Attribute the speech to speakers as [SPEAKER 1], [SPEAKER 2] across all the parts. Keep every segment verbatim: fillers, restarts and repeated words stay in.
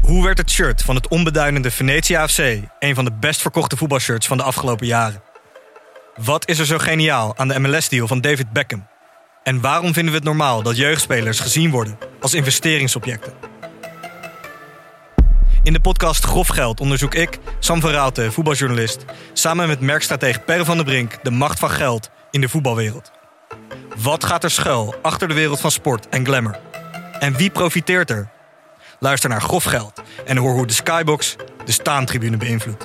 [SPEAKER 1] Hoe werd het shirt van het onbeduidende Venetia F C een van de best verkochte voetbalshirts van de afgelopen jaren? Wat is er zo geniaal aan de M L S-deal van David Beckham? En waarom vinden we het normaal dat jeugdspelers gezien worden als investeringsobjecten? In de podcast Grof Geld onderzoek ik, Sam van Raalte, voetbaljournalist, samen met merkstratege Per van der Brink de macht van geld in de voetbalwereld. Wat gaat er schuil achter de wereld van sport en glamour? En wie profiteert er? Luister naar Grof Geld en hoor hoe de Skybox de staantribune beïnvloedt.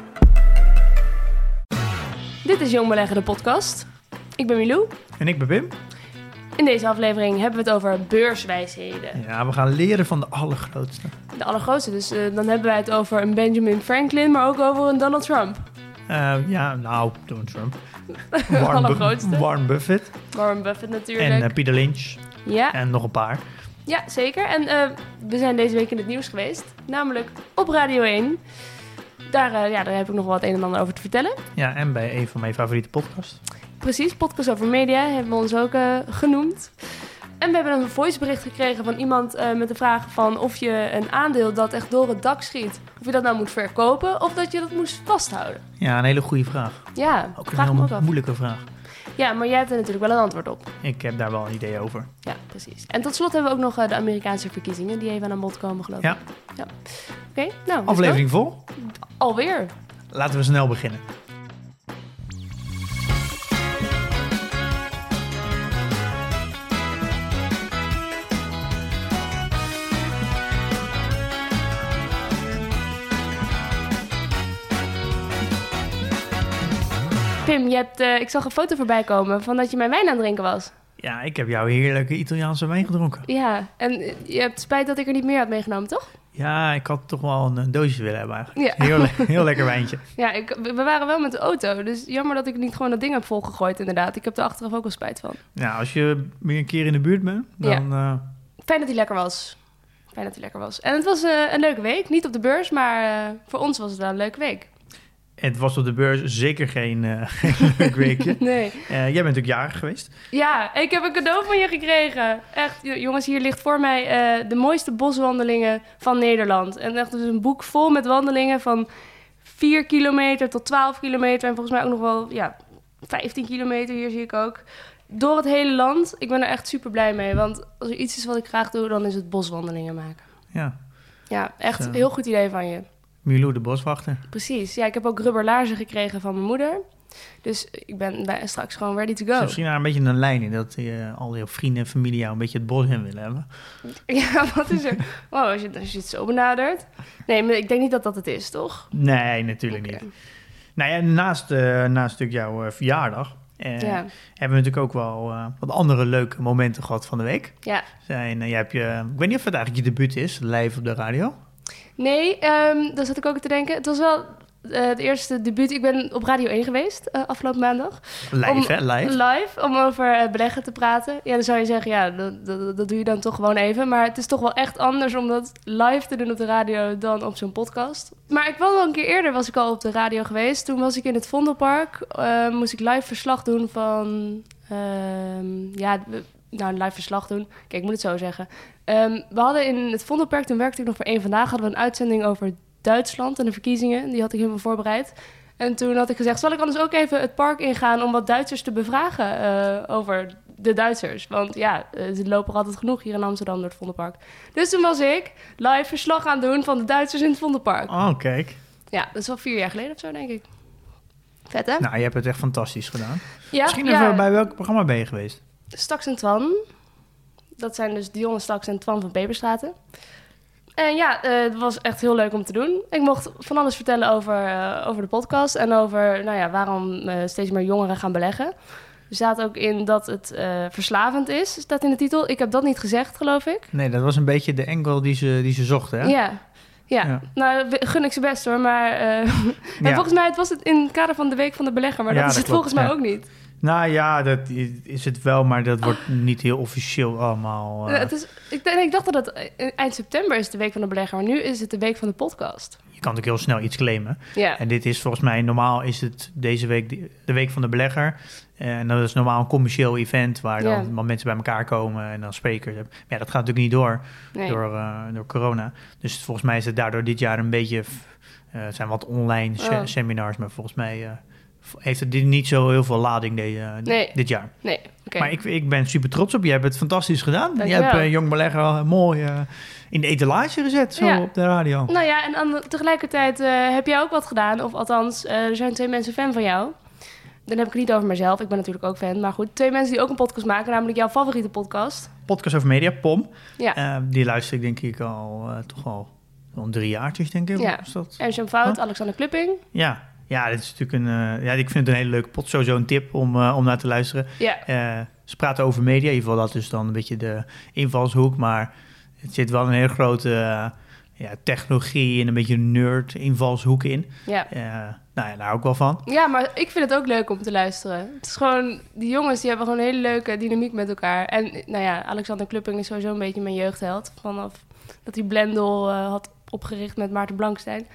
[SPEAKER 2] Dit is Jong Beleggen, de podcast. Ik ben Milou.
[SPEAKER 3] En ik ben Wim.
[SPEAKER 2] In deze aflevering hebben we het over beurswijsheden.
[SPEAKER 3] Ja, we gaan leren van de allergrootste.
[SPEAKER 2] De allergrootste, dus uh, dan hebben wij het over een Benjamin Franklin, maar ook over een Donald Trump.
[SPEAKER 3] Uh, ja, nou, Donald Trump.
[SPEAKER 2] De allergrootste.
[SPEAKER 3] Bu- Warren Buffett.
[SPEAKER 2] Warren Buffett natuurlijk.
[SPEAKER 3] En uh, Peter Lynch.
[SPEAKER 2] Ja.
[SPEAKER 3] En nog een paar.
[SPEAKER 2] Ja, zeker. En uh, we zijn deze week in het nieuws geweest, namelijk op Radio één. Daar, uh, ja, daar heb ik nog wat een en ander over te vertellen.
[SPEAKER 3] Ja, en bij een van mijn favoriete podcasts.
[SPEAKER 2] Precies, podcast over media hebben we ons ook uh, genoemd. En we hebben een voicebericht gekregen van iemand uh, met de vraag van of je een aandeel dat echt door het dak schiet, of je dat nou moet verkopen of dat je dat moest vasthouden.
[SPEAKER 3] Ja, een hele goede vraag.
[SPEAKER 2] Ja,
[SPEAKER 3] ook een
[SPEAKER 2] vraag me ook
[SPEAKER 3] heel
[SPEAKER 2] af.
[SPEAKER 3] moeilijke vraag.
[SPEAKER 2] Ja, maar jij hebt er natuurlijk wel een antwoord op.
[SPEAKER 3] Ik heb daar wel een idee over.
[SPEAKER 2] Ja, precies. En tot slot hebben we ook nog uh, de Amerikaanse verkiezingen die even aan bod komen, geloof ik.
[SPEAKER 3] Ja.
[SPEAKER 2] ja. Oké, okay, nou.
[SPEAKER 3] Aflevering vol.
[SPEAKER 2] Alweer.
[SPEAKER 3] Laten we snel beginnen.
[SPEAKER 2] Pim, je hebt, uh, ik zag een foto voorbij komen van dat je mijn wijn aan het drinken was.
[SPEAKER 3] Ja, ik heb jouw heerlijke Italiaanse wijn gedronken.
[SPEAKER 2] Ja, en je hebt spijt dat ik er niet meer had meegenomen, toch?
[SPEAKER 3] Ja, ik had toch wel een, een doosje willen hebben eigenlijk.
[SPEAKER 2] Ja.
[SPEAKER 3] Heel, le- heel lekker wijntje.
[SPEAKER 2] Ja, ik, we waren wel met de auto, dus jammer dat ik niet gewoon dat ding heb volgegooid inderdaad. Ik heb er achteraf ook wel spijt van.
[SPEAKER 3] Nou, als je weer een keer in de buurt bent, dan... Ja. Uh...
[SPEAKER 2] Fijn dat hij lekker was. Fijn dat hij lekker was. En het was uh, een leuke week. Niet op de beurs, maar uh, voor ons was het wel een leuke week.
[SPEAKER 3] Het was op de beurs zeker geen, uh, geen leuk weekje.
[SPEAKER 2] Nee.
[SPEAKER 3] Uh, jij bent natuurlijk jarig geweest.
[SPEAKER 2] Ja, ik heb een cadeau van je gekregen. Echt, jongens, hier ligt voor mij uh, de mooiste boswandelingen van Nederland. En echt dus een boek vol met wandelingen van vier kilometer tot twaalf kilometer. En volgens mij ook nog wel ja, vijftien kilometer, hier zie ik ook. Door het hele land. Ik ben er echt super blij mee. Want als er iets is wat ik graag doe, dan is het boswandelingen maken.
[SPEAKER 3] Ja.
[SPEAKER 2] Ja, echt
[SPEAKER 3] Zo.
[SPEAKER 2] een heel goed idee van je.
[SPEAKER 3] Milou de boswachter.
[SPEAKER 2] Precies. Ja, ik heb ook rubberlaarzen gekregen van mijn moeder. Dus ik ben bij, straks gewoon ready to go.
[SPEAKER 3] Is misschien daar een beetje een lijn in dat je, al je vrienden en familie jou een beetje het bos in willen hebben.
[SPEAKER 2] Ja, wat is er? Wow, als je, als je het zo benadert. Nee, maar ik denk niet dat dat het is, toch?
[SPEAKER 3] Nee, natuurlijk okay. niet. Nou ja, naast, uh, naast natuurlijk jouw uh, verjaardag... Uh, ja. hebben we natuurlijk ook wel uh, wat andere leuke momenten gehad van de week.
[SPEAKER 2] Ja.
[SPEAKER 3] Zijn, uh, jij hebt je, ik weet niet of het eigenlijk je debuut is, live op de radio.
[SPEAKER 2] Nee, um, daar zat ik ook te denken. Het was wel uh, het eerste debuut. Ik ben op Radio één geweest uh, afgelopen maandag.
[SPEAKER 3] Live,
[SPEAKER 2] om,
[SPEAKER 3] hè? Live.
[SPEAKER 2] Live, om over uh, beleggen te praten. Ja, dan zou je zeggen, ja, dat, dat, dat doe je dan toch gewoon even. Maar het is toch wel echt anders om dat live te doen op de radio dan op zo'n podcast. Maar ik was al een keer eerder was ik al op de radio geweest. Toen was ik in het Vondelpark. Uh, moest ik live verslag doen van... Uh, ja, nou, live verslag doen. Kijk, ik moet het zo zeggen. Um, we hadden in het Vondelpark, toen werkte ik nog voor één Vandaag... hadden we een uitzending over Duitsland en de verkiezingen. Die had ik helemaal voorbereid. En toen had ik gezegd, zal ik anders ook even het park ingaan... om wat Duitsers te bevragen uh, over de Duitsers? Want ja, ze lopen er altijd genoeg hier in Amsterdam door het Vondelpark. Dus toen was ik live verslag aan doen van de Duitsers in het Vondelpark.
[SPEAKER 3] Oh, kijk.
[SPEAKER 2] Ja, dat is al vier jaar geleden of zo, denk ik. Vet, hè?
[SPEAKER 3] Nou, je hebt het echt fantastisch gedaan.
[SPEAKER 2] Ja,
[SPEAKER 3] Misschien
[SPEAKER 2] ja.
[SPEAKER 3] even bij welk programma ben je geweest?
[SPEAKER 2] Stax en Twan. Dat zijn dus Dionne Stax en Twan van Peperstraten. En ja, uh, het was echt heel leuk om te doen. Ik mocht van alles vertellen over, uh, over de podcast... en over nou ja, waarom uh, steeds meer jongeren gaan beleggen. Er staat ook in dat het uh, verslavend is, staat in de titel. Ik heb dat niet gezegd, geloof ik.
[SPEAKER 3] Nee, dat was een beetje de angle die ze, die ze zochten, hè?
[SPEAKER 2] Ja. Ja. ja, nou gun ik ze best hoor, maar uh, ja. volgens mij het was het in het kader van de Week van de Belegger, maar ja, dat is dat het klopt. volgens mij ja. ook niet.
[SPEAKER 3] Nou ja, dat is het wel, maar dat wordt niet heel officieel allemaal. Uh...
[SPEAKER 2] Het is, ik, ik dacht dat het eind september is de week van de belegger, maar nu is het de week van de podcast.
[SPEAKER 3] Je kan natuurlijk heel snel iets claimen.
[SPEAKER 2] Ja.
[SPEAKER 3] En dit is volgens mij, normaal is het deze week de week van de belegger. En dat is normaal een commercieel event waar dan ja. mensen bij elkaar komen en dan sprekers hebben. Maar ja, dat gaat natuurlijk niet door, nee. door, uh, door corona. Dus volgens mij is het daardoor dit jaar een beetje, uh, het zijn wat online se- oh. seminars, maar volgens mij uh, heeft het niet zo heel veel lading de, uh,
[SPEAKER 2] nee.
[SPEAKER 3] dit jaar.
[SPEAKER 2] Nee. Okay.
[SPEAKER 3] Maar ik, ik ben super trots op je. Je hebt het fantastisch gedaan.
[SPEAKER 2] Dank
[SPEAKER 3] je hebt uh, Jong Belegger al mooi uh, in de etalage gezet, zo ja. op de radio.
[SPEAKER 2] Nou ja, en dan, tegelijkertijd uh, heb jij ook wat gedaan. Of althans, uh, er zijn twee mensen fan van jou. Dan heb ik het niet over mezelf. Ik ben natuurlijk ook fan. Maar goed, twee mensen die ook een podcast maken. Namelijk jouw favoriete podcast.
[SPEAKER 3] Podcast over media, P O M.
[SPEAKER 2] Ja.
[SPEAKER 3] Uh, die luister ik denk ik al uh, toch al, al drie jaartjes, denk ik.
[SPEAKER 2] Ja. Ernst-Jan Fout, huh? Alexander Klupping.
[SPEAKER 3] Ja. Ja, dit is natuurlijk een. Uh, ja, ik vind het een hele leuke pot. Sowieso een tip om, uh, om naar te luisteren.
[SPEAKER 2] Ja.
[SPEAKER 3] Uh, ze praten over media. In ieder geval, dat is dan een beetje de invalshoek. Maar het zit wel een hele grote uh, ja, technologie en een beetje nerd invalshoek in.
[SPEAKER 2] Ja.
[SPEAKER 3] Uh, nou ja, daar ook wel van.
[SPEAKER 2] Ja, maar ik vind het ook leuk om te luisteren. Het is gewoon, die jongens die hebben gewoon een hele leuke dynamiek met elkaar. En nou ja, Alexander Klupping is sowieso een beetje mijn jeugdheld. Vanaf dat hij Blendel uh, had opgericht met Maarten Blankstein.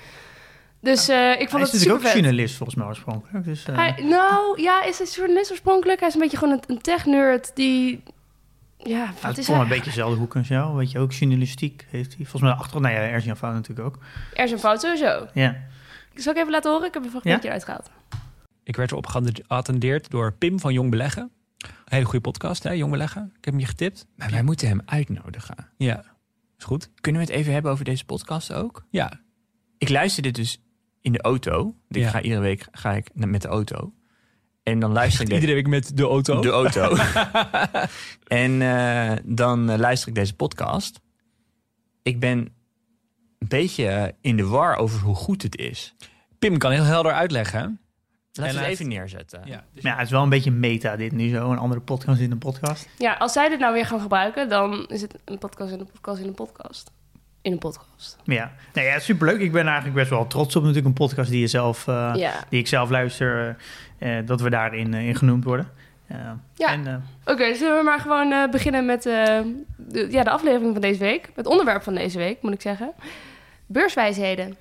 [SPEAKER 2] Dus uh, ik vond
[SPEAKER 3] hij
[SPEAKER 2] het super
[SPEAKER 3] vet. Hij is natuurlijk ook journalist volgens mij oorspronkelijk. Dus, uh...
[SPEAKER 2] hij, nou, ja, is hij journalist oorspronkelijk? Hij is een beetje gewoon een, een tech-nerd die... Ja, wat
[SPEAKER 3] ja, het
[SPEAKER 2] is
[SPEAKER 3] hij? Een beetje dezelfde hoek als jou. Weet je, ook journalistiek heeft hij. Volgens mij achter... Nou ja, Ernst-Jan Fout natuurlijk ook.
[SPEAKER 2] Ernst-Jan Fout sowieso.
[SPEAKER 3] Ja.
[SPEAKER 2] Zal ik even laten horen? Ik heb een fragmentje ja? uitgehaald.
[SPEAKER 4] Ik werd erop geattendeerd door Pim van Jong Beleggen. Een hele goede podcast, hè, Jong Beleggen. Ik heb hem je getipt.
[SPEAKER 5] Maar wij moeten hem uitnodigen.
[SPEAKER 4] Ja, is goed.
[SPEAKER 5] Kunnen we het even hebben over deze podcast ook?
[SPEAKER 4] Ja.
[SPEAKER 5] Ik luister dit dus in de auto. Ik ja. ga iedere week ga ik met de auto. En dan luister ik...
[SPEAKER 4] Iedere week met de auto?
[SPEAKER 5] De auto. En uh, dan uh, luister ik deze podcast. Ik ben een beetje in de war over hoe goed het is.
[SPEAKER 4] Pim kan heel helder uitleggen, hè?
[SPEAKER 5] Laten we het even neerzetten.
[SPEAKER 3] Ja, dus maar ja, het is wel een beetje meta dit nu zo. Een andere podcast in een podcast.
[SPEAKER 2] Ja, als zij dit nou weer gaan gebruiken, dan is het een podcast in een podcast in een podcast. In een podcast.
[SPEAKER 3] Ja, nou ja, superleuk. Ik ben eigenlijk best wel trots op natuurlijk een podcast die, je zelf, uh, ja. die ik zelf luister. Uh, dat we daarin uh, in genoemd worden. Uh,
[SPEAKER 2] ja, uh, oké. Okay, zullen we maar gewoon uh, beginnen met uh, de, ja, de aflevering van deze week. Het onderwerp van deze week, moet ik zeggen. Beurswijsheden.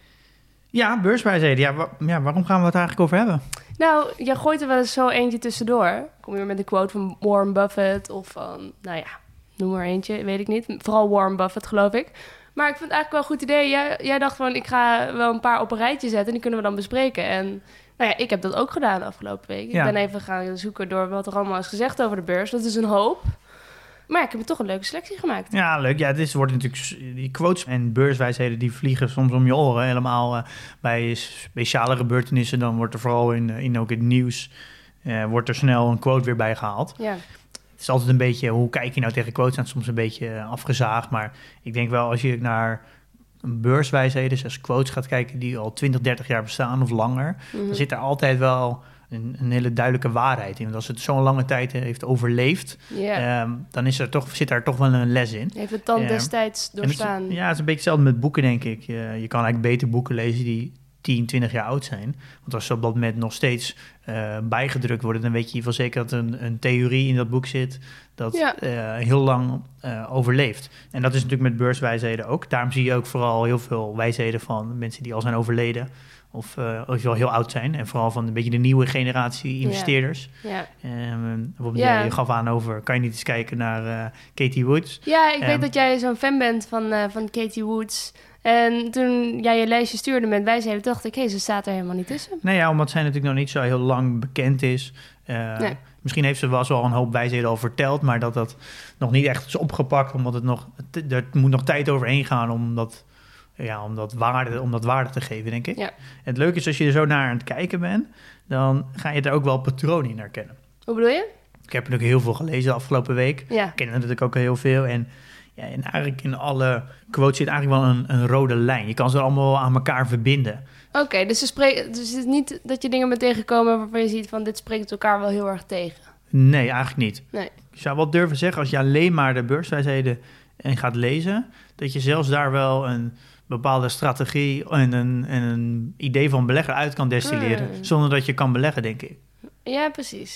[SPEAKER 3] Ja, beurswijsheden. Ja, wa- ja, waarom gaan we het eigenlijk over hebben?
[SPEAKER 2] Nou, jij gooit er wel eens zo eentje tussendoor. Kom je met een quote van Warren Buffett of van, nou ja, noem maar eentje, weet ik niet. Vooral Warren Buffett, geloof ik. Maar ik vind het eigenlijk wel een goed idee. Jij, jij dacht van, ik ga wel een paar op een rijtje zetten en die kunnen we dan bespreken. En nou ja, ik heb dat ook gedaan de afgelopen week. Ja. Ik ben even gaan zoeken door wat er allemaal is gezegd over de beurs. Dat is een hoop. Maar ja, ik heb toch een leuke selectie gemaakt.
[SPEAKER 3] Ja, leuk. Ja, dit wordt natuurlijk die quotes en beurswijsheden die vliegen soms om je oren. Helemaal uh, bij speciale gebeurtenissen. Dan wordt er vooral in, in ook het nieuws uh, wordt er snel een quote weer bij gehaald.
[SPEAKER 2] Ja.
[SPEAKER 3] Het is altijd een beetje, hoe kijk je nou tegen quotes? Het is soms een beetje afgezaagd. Maar ik denk wel, als je naar beurswijsheden, zoals quotes gaat kijken die al twintig, dertig jaar bestaan of langer, mm-hmm. dan zit er altijd wel een, een hele duidelijke waarheid in. Want als het zo'n lange tijd heeft overleefd, yeah. um, dan is er toch, zit daar toch wel een les in.
[SPEAKER 2] Heeft het dan um, destijds doorstaan?
[SPEAKER 3] Het, ja, het is een beetje hetzelfde met boeken, denk ik. Je, je kan eigenlijk beter boeken lezen die tien, twintig jaar oud zijn. Want als ze op dat moment nog steeds uh, bijgedrukt worden, dan weet je in ieder geval zeker dat een, een theorie in dat boek zit dat ja. uh, heel lang uh, overleeft. En dat is natuurlijk met beurswijsheden ook. Daarom zie je ook vooral heel veel wijsheden van mensen die al zijn overleden of uh, of wel heel oud zijn. En vooral van een beetje de nieuwe generatie investeerders.
[SPEAKER 2] Ja. Ja.
[SPEAKER 3] Um, bijvoorbeeld, ja. je gaf aan over, kan je niet eens kijken naar uh, Katie Woods?
[SPEAKER 2] Ja, ik
[SPEAKER 3] um,
[SPEAKER 2] weet dat jij zo'n fan bent van, uh, van Katie Woods. En toen jij je lijstje stuurde met wijsheden, dacht ik, hé, hey, ze staat er helemaal niet tussen.
[SPEAKER 3] Nee, ja, omdat zij natuurlijk nog niet zo heel lang bekend is. Uh, nee. Misschien heeft ze wel zo al een hoop wijsheden al verteld, maar dat dat nog niet echt is opgepakt, omdat het nog, er moet nog tijd overheen gaan om dat, ja, om dat, waarde, om dat waarde te geven, denk ik.
[SPEAKER 2] Ja.
[SPEAKER 3] En het leuke is, als je er zo naar aan het kijken bent, dan ga je er ook wel patronen in herkennen.
[SPEAKER 2] Hoe bedoel je?
[SPEAKER 3] Ik heb natuurlijk heel veel gelezen de afgelopen week.
[SPEAKER 2] Ja.
[SPEAKER 3] Ik ken natuurlijk ook al heel veel. En, ja, en eigenlijk in alle quotes zit eigenlijk wel een, een rode lijn. Je kan ze allemaal aan elkaar verbinden.
[SPEAKER 2] Oké, okay, dus, dus het is niet dat je dingen bent tegengekomen waarvan je ziet van dit spreekt elkaar wel heel erg tegen.
[SPEAKER 3] Nee, eigenlijk niet.
[SPEAKER 2] Nee.
[SPEAKER 3] Ik zou wel durven zeggen, als je alleen maar de beurswijsheden gaat lezen, dat je zelfs daar wel een bepaalde strategie en een, en een idee van belegger uit kan destilleren, hmm. zonder dat je kan beleggen, denk ik.
[SPEAKER 2] Ja, precies.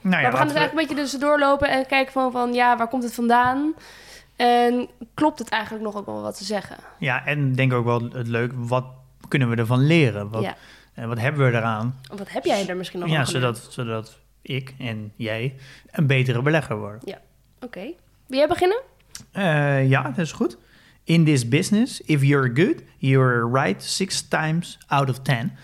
[SPEAKER 3] Nou ja,
[SPEAKER 2] maar we gaan dus
[SPEAKER 3] laten
[SPEAKER 2] eigenlijk een beetje tussendoor lopen en kijken van, van ja, waar komt het vandaan? En klopt het eigenlijk nog ook wel wat te zeggen?
[SPEAKER 3] Ja, en denk ook wel het leuk, wat kunnen we ervan leren? Wat,
[SPEAKER 2] Ja.
[SPEAKER 3] eh, wat hebben we eraan?
[SPEAKER 2] Of wat heb jij er misschien nog
[SPEAKER 3] Ja,
[SPEAKER 2] aan geleerd?
[SPEAKER 3] zodat, zodat ik en jij een betere belegger worden.
[SPEAKER 2] Oké. Okay. Wil jij beginnen?
[SPEAKER 3] Uh, ja, dat is goed. In this business, if you're good, you're right six times out of ten.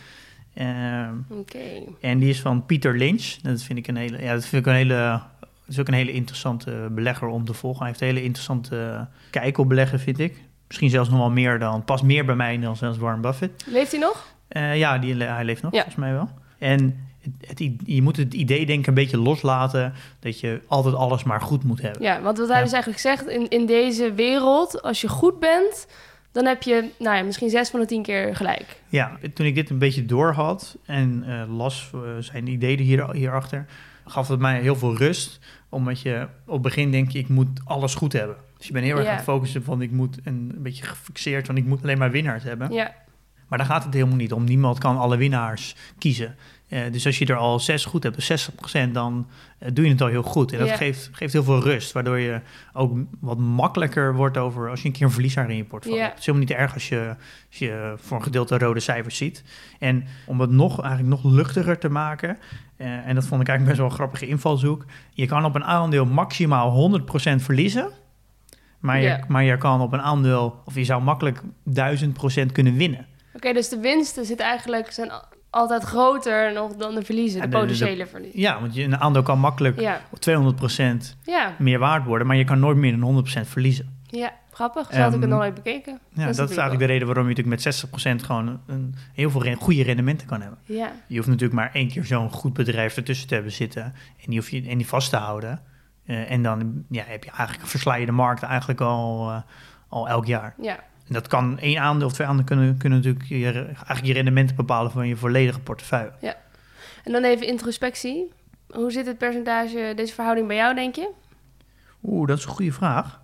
[SPEAKER 3] Uh,
[SPEAKER 2] Oké. Okay.
[SPEAKER 3] En die is van Peter Lynch. Dat vind ik een hele, ja, dat vind ik een hele, dat is ook een hele interessante belegger om te volgen. Hij heeft een hele interessante kijk op beleggen, vind ik. Misschien zelfs nog wel meer dan, past meer bij mij dan zelfs Warren Buffett.
[SPEAKER 2] Leeft hij nog?
[SPEAKER 3] Uh, ja, die, hij leeft nog,
[SPEAKER 2] ja.
[SPEAKER 3] volgens mij wel. En het, het, je moet het idee denk ik een beetje loslaten dat je altijd alles maar goed moet hebben.
[SPEAKER 2] Ja, want wat hij
[SPEAKER 3] ja.
[SPEAKER 2] dus eigenlijk zegt, in, in deze wereld, als je goed bent, dan heb je nou ja, misschien zes van de tien keer gelijk.
[SPEAKER 3] Ja, toen ik dit een beetje doorhad en uh, las uh, zijn ideeën hier, hierachter, gaf het mij heel veel rust. Omdat je op het begin denk je, ik moet alles goed hebben. Dus je bent heel erg
[SPEAKER 2] ja.
[SPEAKER 3] aan het focussen van ik moet een, een beetje gefixeerd, van ik moet alleen maar winnaars hebben.
[SPEAKER 2] Ja.
[SPEAKER 3] Maar daar gaat het helemaal niet om. Niemand kan alle winnaars kiezen. Uh, dus als je er al zes goed hebt, dus zestig procent, dan uh, doe je het al heel goed. En dat
[SPEAKER 2] ja.
[SPEAKER 3] geeft, geeft heel veel rust, waardoor je ook wat makkelijker wordt over als je een keer een verliezer in je portfolio
[SPEAKER 2] ja.
[SPEAKER 3] hebt. Het is helemaal niet erg als je, als je voor een gedeelte rode cijfers ziet. En om het nog, eigenlijk nog luchtiger te maken, uh, en dat vond ik eigenlijk best wel een grappige invalshoek, je kan op een aandeel maximaal honderd procent verliezen, maar je,
[SPEAKER 2] ja.
[SPEAKER 3] maar je kan op een aandeel, of je zou makkelijk duizend procent kunnen winnen.
[SPEAKER 2] Oké, okay, dus de winsten zitten eigenlijk, zijn altijd groter nog dan de verliezen, de, de potentiële verliezen.
[SPEAKER 3] Ja, want je, een aandeel kan makkelijk ja. tweehonderd procent
[SPEAKER 2] ja.
[SPEAKER 3] meer waard worden, maar je kan nooit meer dan honderd procent verliezen.
[SPEAKER 2] Ja, grappig. Zo had um, ik het nog nooit bekeken.
[SPEAKER 3] Ja,
[SPEAKER 2] dat
[SPEAKER 3] is, dat is eigenlijk de reden waarom je natuurlijk met zestig procent gewoon een, een heel veel re- goede rendementen kan hebben.
[SPEAKER 2] Ja.
[SPEAKER 3] Je hoeft natuurlijk maar één keer zo'n goed bedrijf ertussen te hebben zitten en die, hoef je, en die vast te houden. Uh, en dan ja, heb je eigenlijk, versla je de markt eigenlijk al, uh, al elk jaar.
[SPEAKER 2] Ja.
[SPEAKER 3] En dat kan één aandeel of twee aandelen kunnen, kunnen natuurlijk je, eigenlijk je rendementen bepalen van je volledige portefeuille.
[SPEAKER 2] Ja. En dan even introspectie. Hoe zit het percentage, deze verhouding bij jou, denk je?
[SPEAKER 3] Oeh, dat is een goede vraag.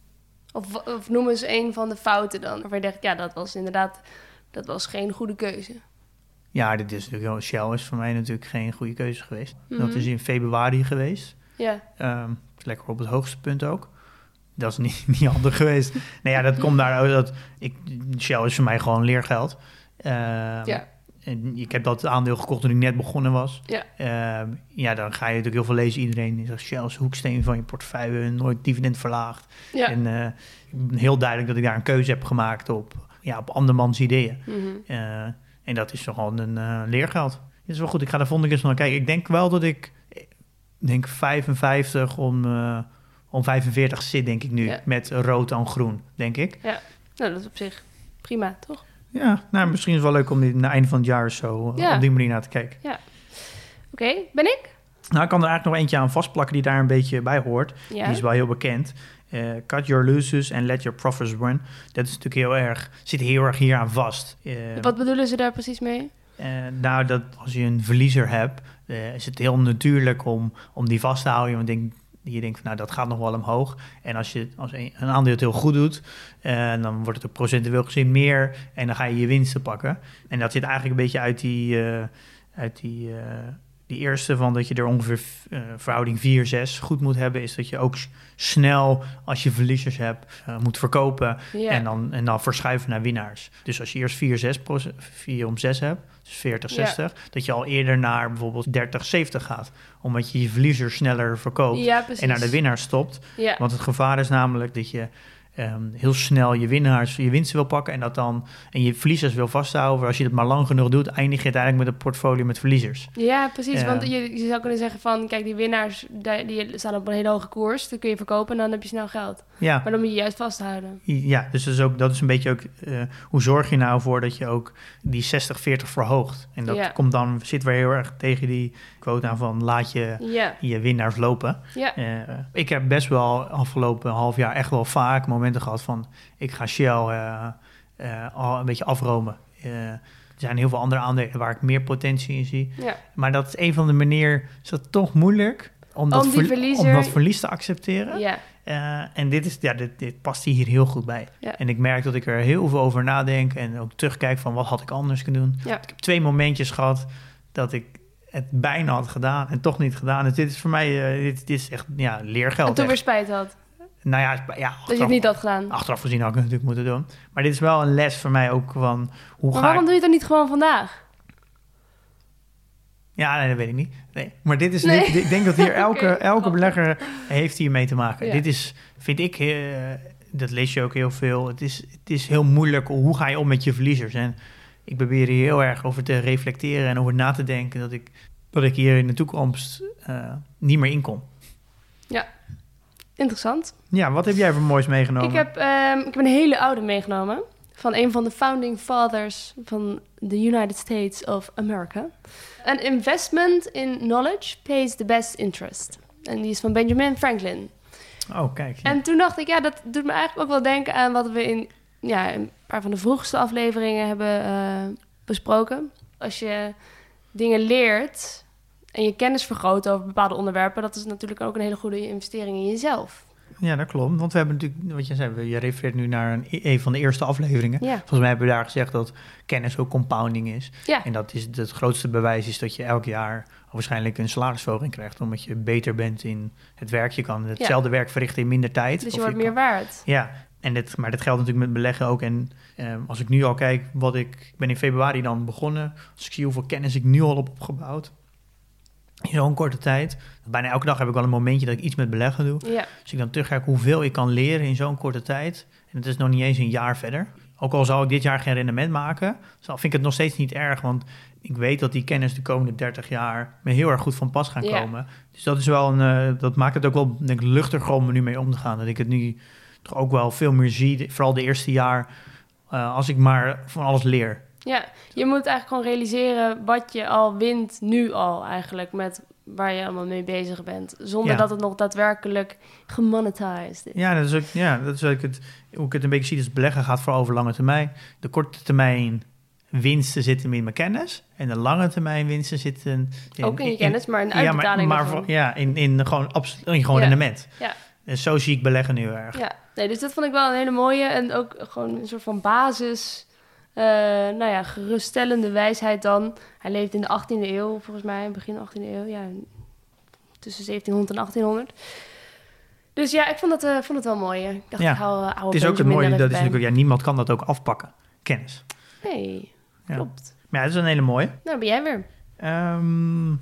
[SPEAKER 2] Of, of noem eens een van de fouten dan. Waarvan je denkt, ja, dat was inderdaad, dat was geen goede keuze.
[SPEAKER 3] Ja, dit is natuurlijk wel, Shell is voor mij natuurlijk geen goede keuze geweest.
[SPEAKER 2] Mm-hmm.
[SPEAKER 3] Dat is in februari geweest.
[SPEAKER 2] Ja.
[SPEAKER 3] Um, is lekker op het hoogste punt ook. Dat is niet, niet handig geweest. Nou ja, dat komt daar dat ik Shell is voor mij gewoon leergeld. Uh,
[SPEAKER 2] ja.
[SPEAKER 3] En ik heb dat aandeel gekocht toen ik net begonnen was.
[SPEAKER 2] Ja.
[SPEAKER 3] Uh, ja, dan ga je natuurlijk heel veel lezen. Iedereen die zegt Shell is hoeksteen van je portefeuille, nooit dividend verlaagd. Ja. En uh, heel duidelijk dat ik daar een keuze heb gemaakt op, ja, op andermans ideeën.
[SPEAKER 2] Mm-hmm.
[SPEAKER 3] Uh, en dat is toch gewoon een uh, leergeld. Dat is wel goed. Ik ga de volgende keer eens naar kijken. Ik denk wel dat ik, ik denk vijfenvijftig om, uh, om vijfenveertig zit, denk ik nu. Ja. Met rood dan groen, denk ik.
[SPEAKER 2] Ja, nou, dat is op zich prima, toch?
[SPEAKER 3] Ja, nou, misschien is het wel leuk om die, na het einde van het jaar zo ja. op die manier naar te kijken.
[SPEAKER 2] Ja. Oké, okay, ben ik?
[SPEAKER 3] Nou, ik kan er eigenlijk nog eentje aan vastplakken die daar een beetje bij hoort. Ja. Die is wel heel bekend. Uh, cut your losses and let your profits run. Dat is natuurlijk heel erg, zit heel erg hier aan vast. Uh,
[SPEAKER 2] Wat bedoelen ze daar precies mee?
[SPEAKER 3] Uh, nou, dat als je een verliezer hebt, uh, is het heel natuurlijk om, om die vast te houden. Want denk, je denkt van, nou, dat gaat nog wel omhoog. En als je als een, een aandeel het heel goed doet, uh, dan wordt het ook procentueel gezien meer. En dan ga je je winsten pakken. En dat zit eigenlijk een beetje uit die, uh, uit die, uh, die eerste van dat je er ongeveer uh, verhouding vier zes goed moet hebben. Is dat je ook snel, als je verliezers hebt, uh, moet verkopen. Ja. En, dan, en dan verschuiven naar winnaars. Dus als je eerst vier om zes hebt, dus veertig zestig, ja. dat je al eerder naar bijvoorbeeld dertig zeventig gaat. Omdat je je verliezers sneller verkoopt
[SPEAKER 2] ja,
[SPEAKER 3] en naar de winnaars stopt.
[SPEAKER 2] Ja.
[SPEAKER 3] Want het gevaar is namelijk dat je um, heel snel je winnaars, je winsten wil pakken en dat dan en je verliezers wil vasthouden. Als je dat maar lang genoeg doet, eindig je uiteindelijk met een portfolio met verliezers.
[SPEAKER 2] Ja, precies. Uh, want je, je zou kunnen zeggen van, kijk, die winnaars die staan op een hele hoge koers. Dan kun je verkopen en dan heb je snel geld. Ja. Maar dan moet je juist vasthouden.
[SPEAKER 3] Ja, dus dat is, ook, dat is een beetje ook, uh, hoe zorg je nou voor dat je ook die zestig veertig verhoogt? En dat ja. komt dan, zit weer heel erg tegen die quote aan van laat je ja. je winnaars lopen. Ja. Uh, ik heb best wel afgelopen half jaar echt wel vaak momenten gehad van ik ga Shell uh, uh, al een beetje afromen. Uh, er zijn heel veel andere aandelen waar ik meer potentie in zie. Ja. Maar dat is een van de manieren, is dat toch moeilijk om dat,
[SPEAKER 2] om
[SPEAKER 3] ver,
[SPEAKER 2] verliezer...
[SPEAKER 3] om dat verlies te accepteren.
[SPEAKER 2] Ja.
[SPEAKER 3] Uh, en dit, is, ja, dit, dit past hier heel goed bij.
[SPEAKER 2] Ja.
[SPEAKER 3] En ik merk dat ik er heel veel over nadenk en ook terugkijk van wat had ik anders kunnen doen. Ja. Ik heb twee momentjes gehad dat ik het bijna had gedaan en toch niet gedaan. Dus dit is voor mij uh, dit, dit is echt ja, leergeld.
[SPEAKER 2] En toen
[SPEAKER 3] echt.
[SPEAKER 2] weer spijt had.
[SPEAKER 3] Nou ja, ja achteraf,
[SPEAKER 2] Dat je het niet had gedaan.
[SPEAKER 3] Achteraf gezien had ik het natuurlijk moeten doen. Maar dit is wel een les voor mij ook van hoe
[SPEAKER 2] Maar
[SPEAKER 3] ga
[SPEAKER 2] waarom
[SPEAKER 3] ik...
[SPEAKER 2] doe je het dan niet gewoon vandaag?
[SPEAKER 3] Ja, nee, dat weet ik niet. Nee. Maar dit is,
[SPEAKER 2] Nee.
[SPEAKER 3] dit, ik denk dat hier elke,
[SPEAKER 2] Oké.
[SPEAKER 3] elke belegger heeft hier mee te maken.
[SPEAKER 2] Ja.
[SPEAKER 3] Dit is, vind ik, uh, dat lees je ook heel veel. Het is, het is heel moeilijk. Hoe ga je om met je verliezers? En ik probeer hier heel erg over te reflecteren en over na te denken dat ik, dat ik hier in de toekomst uh, niet meer in kom.
[SPEAKER 2] Ja, interessant.
[SPEAKER 3] Ja, wat heb jij voor moois meegenomen?
[SPEAKER 2] Ik heb, um, ik heb een hele oude meegenomen. Van een van de founding fathers van the United States of America. An investment in knowledge pays the best interest. En die is van Benjamin Franklin.
[SPEAKER 3] Oh, kijk. Ja.
[SPEAKER 2] En toen dacht ik, ja, dat doet me eigenlijk ook wel denken aan wat we in ja, een paar van de vroegste afleveringen hebben uh, besproken. Als je dingen leert en je kennis vergroot over bepaalde onderwerpen, dat is natuurlijk ook een hele goede investering in jezelf.
[SPEAKER 3] Ja, dat klopt. Want we hebben natuurlijk, wat je zei, je refereert nu naar een, een van de eerste afleveringen.
[SPEAKER 2] Ja.
[SPEAKER 3] Volgens mij hebben we daar gezegd dat kennis ook compounding is.
[SPEAKER 2] Ja.
[SPEAKER 3] En dat is het grootste bewijs is dat je elk jaar waarschijnlijk een salarisverhoging krijgt, omdat je beter bent in het werk. Je kan hetzelfde ja. werk verrichten in minder tijd.
[SPEAKER 2] Dus je
[SPEAKER 3] of
[SPEAKER 2] wordt
[SPEAKER 3] je
[SPEAKER 2] meer
[SPEAKER 3] kan,
[SPEAKER 2] waard.
[SPEAKER 3] Ja, en dit, maar dat geldt natuurlijk met beleggen ook. En eh, als ik nu al kijk, wat ik, ik ben in februari dan begonnen. Als ik zie hoeveel kennis ik nu al heb opgebouwd. In zo'n korte tijd. Bijna elke dag heb ik wel een momentje dat ik iets met beleggen doe.
[SPEAKER 2] Ja.
[SPEAKER 3] Als ik dan terugkijk hoeveel ik kan leren in zo'n korte tijd. En het is nog niet eens een jaar verder. Ook al zou ik dit jaar geen rendement maken, vind ik het nog steeds niet erg. Want ik weet dat die kennis de komende dertig jaar me heel erg goed van pas gaan
[SPEAKER 2] Ja.
[SPEAKER 3] komen. Dus dat is wel een, uh, dat maakt het ook wel denk ik, luchtiger om er nu mee om te gaan. Dat ik het nu toch ook wel veel meer zie. Vooral de eerste jaar, uh, als ik maar van alles leer.
[SPEAKER 2] Ja, je moet eigenlijk gewoon realiseren wat je al wint nu al eigenlijk met waar je allemaal mee bezig bent. Zonder
[SPEAKER 3] Ja.
[SPEAKER 2] dat het nog daadwerkelijk gemonetized is.
[SPEAKER 3] Ja, dat is ook, ja, dat is ook het, hoe ik het een beetje zie. Dus beleggen gaat vooral over lange termijn. De korte termijn winsten zitten in mijn kennis. En de lange termijn winsten zitten... In,
[SPEAKER 2] Ook in je kennis, maar een uitbetaling
[SPEAKER 3] Ja, maar, maar
[SPEAKER 2] daarvan.
[SPEAKER 3] voor, ja in, in gewoon, absoluut, in gewoon
[SPEAKER 2] Ja.
[SPEAKER 3] rendement.
[SPEAKER 2] Ja.
[SPEAKER 3] En zo zie ik beleggen nu erg.
[SPEAKER 2] Ja, nee, dus dat vond ik wel een hele mooie en ook gewoon een soort van basis, uh, nou ja, geruststellende wijsheid dan. Hij leeft in de achttiende eeuw, volgens mij, begin achttiende eeuw, ja, tussen zeventienhonderd en achttienhonderd. Dus ja, ik vond het, uh, vond het wel mooi. Ik dacht,
[SPEAKER 3] Ja.
[SPEAKER 2] ik hou, uh, hou
[SPEAKER 3] Het is ook het
[SPEAKER 2] Benjamin
[SPEAKER 3] mooie,
[SPEAKER 2] er
[SPEAKER 3] dat
[SPEAKER 2] even
[SPEAKER 3] is
[SPEAKER 2] bij.
[SPEAKER 3] natuurlijk, ja, niemand kan dat ook afpakken. Kennis.
[SPEAKER 2] Nee,
[SPEAKER 3] Ja.
[SPEAKER 2] klopt.
[SPEAKER 3] Maar ja, dat is een hele mooie.
[SPEAKER 2] Nou, dan ben jij weer.
[SPEAKER 3] Um,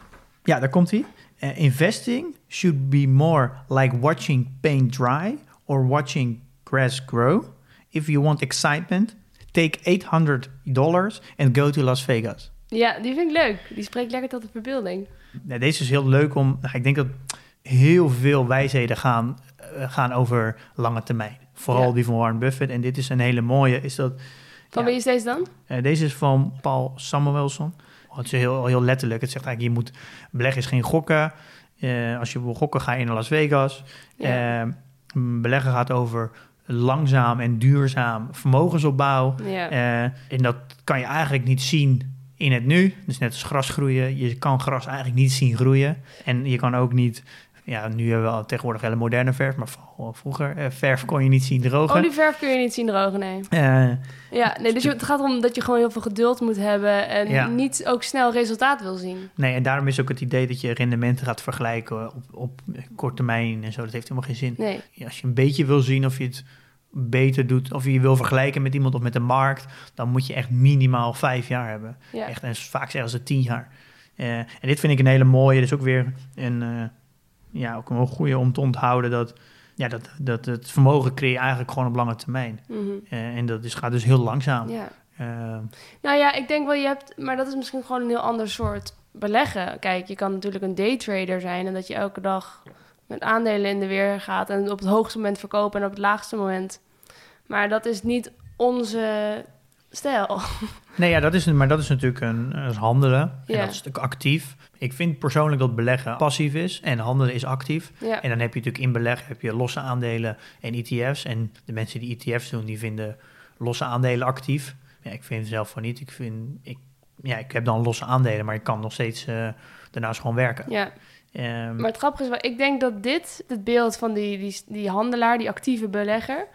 [SPEAKER 3] ja, daar komt hij. Uh, investing should be more like watching paint dry or watching grass grow. If you want excitement, take eight hundred dollars and go to Las Vegas.
[SPEAKER 2] Ja, die vind ik leuk. Die spreekt lekker tot de verbeelding.
[SPEAKER 3] Ja, deze is heel leuk om... Nou, ik denk dat heel veel wijsheden gaan, uh, gaan over lange termijn. Vooral
[SPEAKER 2] Ja.
[SPEAKER 3] die van Warren Buffett. En dit is een hele mooie. Is dat,
[SPEAKER 2] Van
[SPEAKER 3] ja,
[SPEAKER 2] wie is deze dan?
[SPEAKER 3] uh, deze is van Paul Samuelson. Het is heel, heel letterlijk. Het zegt eigenlijk, je moet... Beleggen is geen gokken. Uh, als je wil gokken, ga je naar Las Vegas.
[SPEAKER 2] Ja.
[SPEAKER 3] Uh, beleggen gaat over langzaam en duurzaam vermogensopbouw.
[SPEAKER 2] Ja.
[SPEAKER 3] Uh, en dat kan je eigenlijk niet zien in het nu. Dus net als gras groeien. Je kan gras eigenlijk niet zien groeien. En je kan ook niet... Ja, nu hebben we wel tegenwoordig hele moderne verf, maar vooral vroeger uh, verf kon je niet zien drogen.
[SPEAKER 2] Olieverf kun je niet zien drogen, nee.
[SPEAKER 3] Uh,
[SPEAKER 2] Ja, nee, dus je, het gaat erom dat je gewoon heel veel geduld moet hebben en
[SPEAKER 3] Ja.
[SPEAKER 2] niet ook snel resultaat wil zien.
[SPEAKER 3] nee, en daarom is ook het idee dat je rendementen gaat vergelijken op, op korte termijn en zo. Dat heeft helemaal geen zin.
[SPEAKER 2] Nee.
[SPEAKER 3] Ja, als je een beetje wil zien of je het beter doet, of je je wil vergelijken met iemand of met de markt, dan moet je echt minimaal vijf jaar hebben.
[SPEAKER 2] Ja.
[SPEAKER 3] Echt, en vaak zeggen ze tien jaar. Uh, en dit vind ik een hele mooie. Dus ook weer een, uh, ja, ook een goede om te onthouden dat, ja, dat, dat het vermogen creëer je eigenlijk gewoon op lange termijn.
[SPEAKER 2] Mm-hmm.
[SPEAKER 3] Uh, en dat is, gaat dus heel langzaam.
[SPEAKER 2] Ja.
[SPEAKER 3] Uh,
[SPEAKER 2] Nou ja, ik denk wel, je hebt, maar dat is misschien gewoon een heel ander soort beleggen. Kijk, je kan natuurlijk een daytrader zijn en dat je elke dag met aandelen in de weer gaat en op het hoogste moment verkopen en op het laagste moment. Maar dat is niet onze stijl.
[SPEAKER 3] Nee, ja, dat is, maar dat is natuurlijk een, dat is handelen. En
[SPEAKER 2] Ja.
[SPEAKER 3] dat is natuurlijk actief. Ik vind persoonlijk dat beleggen passief is en handelen is actief.
[SPEAKER 2] Ja.
[SPEAKER 3] En dan heb je natuurlijk in beleggen heb je losse aandelen en E T F's. En de mensen die E T F's doen, die vinden losse aandelen actief. Ja, ik vind het zelf van niet. Ik vind, ik, ja, ik heb dan losse aandelen, maar ik kan nog steeds uh, daarnaast gewoon werken.
[SPEAKER 2] Ja. Um, maar het grappige is wel, ik denk dat dit, het beeld van die, die, die handelaar, die actieve belegger,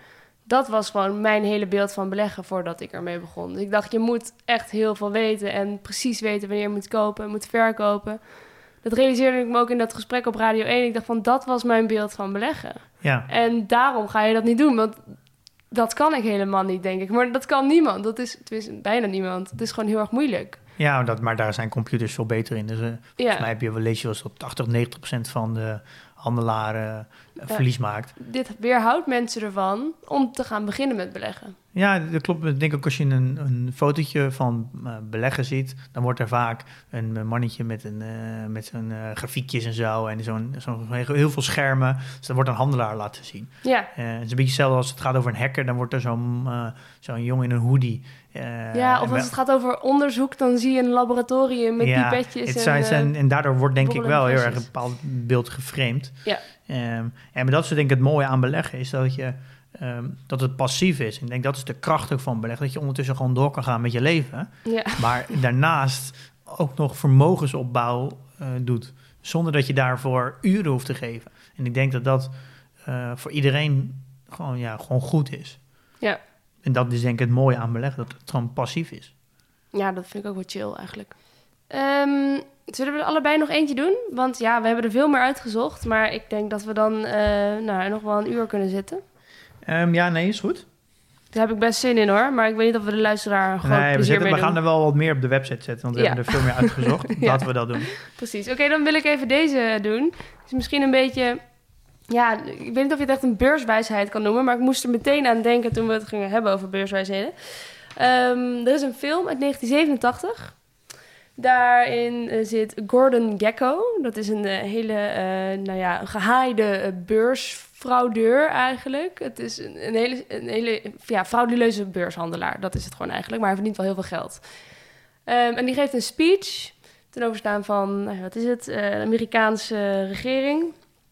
[SPEAKER 2] Dat was gewoon mijn hele beeld van beleggen voordat ik ermee begon. Dus ik dacht, je moet echt heel veel weten en precies weten wanneer je moet kopen en moet verkopen. Dat realiseerde ik me ook in dat gesprek op Radio één. Ik dacht van, dat was mijn beeld van beleggen.
[SPEAKER 3] Ja.
[SPEAKER 2] En daarom ga je dat niet doen, want dat kan ik helemaal niet, denk ik. Maar dat kan niemand. Dat is tenminste bijna niemand. Het is gewoon heel erg moeilijk.
[SPEAKER 3] Ja, dat, maar daar zijn computers veel beter in. Dus uh,
[SPEAKER 2] Ja.
[SPEAKER 3] volgens mij heb je wel lees je wel eens dat tachtig, negentig procent van de handelaren uh,
[SPEAKER 2] Ja.
[SPEAKER 3] verlies maakt.
[SPEAKER 2] Dit weerhoudt mensen ervan om te gaan beginnen met beleggen.
[SPEAKER 3] Ja, dat klopt. Ik denk ook als je een, een fotootje van uh, beleggen ziet, dan wordt er vaak een mannetje met, een, uh, met zijn uh, grafiekjes en zo. En zo'n, zo'n heel veel schermen. Dus dan wordt een handelaar laten zien.
[SPEAKER 2] Ja,
[SPEAKER 3] Uh, het is een beetje hetzelfde als het gaat over een hacker. Dan wordt er zo'n, uh, zo'n jongen in een hoodie. Uh,
[SPEAKER 2] ja of
[SPEAKER 3] en
[SPEAKER 2] als
[SPEAKER 3] we-
[SPEAKER 2] het gaat over onderzoek, dan zie je een laboratorium met
[SPEAKER 3] ja,
[SPEAKER 2] pipetjes.
[SPEAKER 3] het
[SPEAKER 2] en,
[SPEAKER 3] zijn,
[SPEAKER 2] eh,
[SPEAKER 3] zijn, en daardoor wordt denk ik
[SPEAKER 2] bobbelende
[SPEAKER 3] wel heel erg
[SPEAKER 2] flesjes.
[SPEAKER 3] een bepaald beeld geframed.
[SPEAKER 2] Ja.
[SPEAKER 3] Um, en dat is denk ik het mooie aan beleggen, is dat, je, um, dat het passief is. Ik denk dat is de kracht ook van beleggen, dat je ondertussen gewoon door kan gaan met je leven.
[SPEAKER 2] Ja.
[SPEAKER 3] Maar daarnaast ook nog vermogensopbouw uh, doet, zonder dat je daarvoor uren hoeft te geven. En ik denk dat dat uh, voor iedereen gewoon, ja, gewoon goed is.
[SPEAKER 2] Ja.
[SPEAKER 3] En dat is denk ik het mooie aan beleggen, dat het gewoon passief is.
[SPEAKER 2] ja, dat vind ik ook wel chill eigenlijk. Ehm, zullen we er allebei nog eentje doen? Want ja, we hebben er veel meer uitgezocht. Maar ik denk dat we dan uh, nou, nog wel een uur kunnen zitten.
[SPEAKER 3] Um, ja, nee, is goed.
[SPEAKER 2] Daar heb ik best zin in hoor. Maar ik weet niet of we de luisteraar gewoon
[SPEAKER 3] Nee, we,
[SPEAKER 2] plezier
[SPEAKER 3] zetten,
[SPEAKER 2] mee
[SPEAKER 3] we
[SPEAKER 2] doen.
[SPEAKER 3] gaan er wel wat meer op de website zetten, want we
[SPEAKER 2] Ja.
[SPEAKER 3] hebben er veel meer uitgezocht.
[SPEAKER 2] Ja.
[SPEAKER 3] Laten we dat doen.
[SPEAKER 2] Precies. Oké, dan wil ik even deze doen. Het is misschien een beetje... Ja, ik weet niet of je het echt een beurswijsheid kan noemen... maar ik moest er meteen aan denken toen we het gingen hebben over beurswijsheden. Um, er is een film uit negentien zevenentachtig. Daarin uh, zit Gordon Gekko. Dat is een uh, hele, uh, nou ja, een gehaaide uh, beursfraudeur eigenlijk. Het is een, een hele, een hele ja, frauduleuze beurshandelaar. Dat is het gewoon eigenlijk, maar hij verdient wel heel veel geld. Um, en die geeft een speech ten overstaan van, nou, wat is het, uh, de Amerikaanse regering...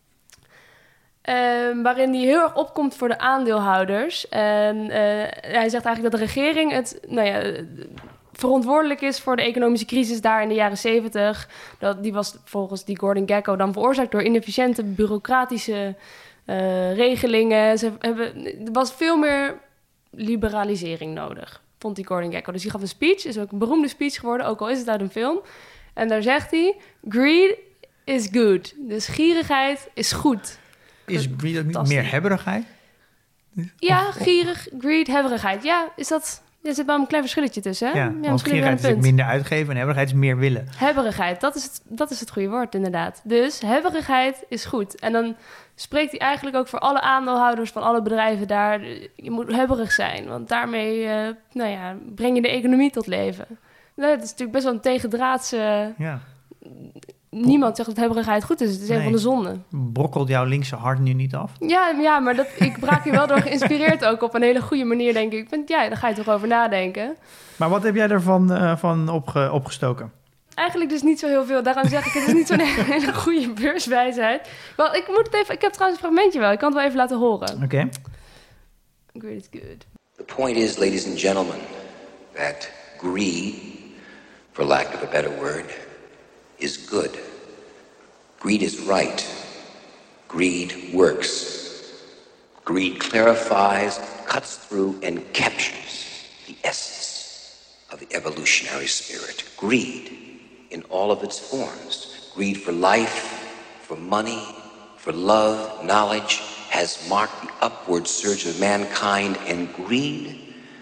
[SPEAKER 2] Um, waarin hij heel erg opkomt voor de aandeelhouders. En uh, hij zegt eigenlijk dat de regering het, nou ja, verantwoordelijk is voor de economische crisis daar in de jaren zeventig. Dat, die was volgens die Gordon Gekko dan veroorzaakt door inefficiënte bureaucratische uh, regelingen. Ze hebben, er was veel meer liberalisering nodig, vond die Gordon Gekko. Dus hij gaf een speech, is ook een beroemde speech geworden, ook al is het uit een film. En daar zegt hij, greed is good. Dus gierigheid is goed.
[SPEAKER 3] Is greed ook niet
[SPEAKER 2] Fantastisch.
[SPEAKER 3] meer hebberigheid?
[SPEAKER 2] Ja, gierig, greed, hebberigheid. Ja, is dat... Er zit wel een klein verschilletje tussen, hè?
[SPEAKER 3] Ja,
[SPEAKER 2] Ja,
[SPEAKER 3] want
[SPEAKER 2] misschien wel
[SPEAKER 3] gierigheid
[SPEAKER 2] een
[SPEAKER 3] is ook
[SPEAKER 2] punt.
[SPEAKER 3] minder uitgeven en hebberigheid is meer willen.
[SPEAKER 2] Hebberigheid, dat is, het, dat is het goede woord, inderdaad. Dus hebberigheid is goed. En dan spreekt hij eigenlijk ook voor alle aandeelhouders van alle bedrijven daar. Je moet hebberig zijn, want daarmee uh, nou ja, breng je de economie tot leven. Nou, het is natuurlijk best wel een tegendraadse...
[SPEAKER 3] Ja.
[SPEAKER 2] Niemand zegt dat hebberigheid goed is. Het is een
[SPEAKER 3] Nee.
[SPEAKER 2] van de zonden.
[SPEAKER 3] Brokkelt jouw linkse hart nu niet af?
[SPEAKER 2] Ja, ja maar dat, ik raak hier wel door geïnspireerd ook op een hele goede manier, denk ik. Ik vind, ja, daar ga je toch over nadenken.
[SPEAKER 3] Maar wat heb jij ervan uh, van opge- opgestoken?
[SPEAKER 2] Eigenlijk dus niet zo heel veel. Daarom zeg ik, het is niet zo'n hele goede beurswijsheid. Wel, ik moet het even... Ik heb trouwens een fragmentje wel. Ik kan het wel even laten horen.
[SPEAKER 3] Oké. Okay.
[SPEAKER 2] Greed is good.
[SPEAKER 6] The point is, ladies and gentlemen, that greed, for lack of a better word, is good. Greed is right. Greed works. Greed clarifies, cuts through, and captures the essence of the evolutionary spirit. Greed in all of its forms. Greed for life, for money, for love, knowledge, has marked the upward surge of mankind, and greed,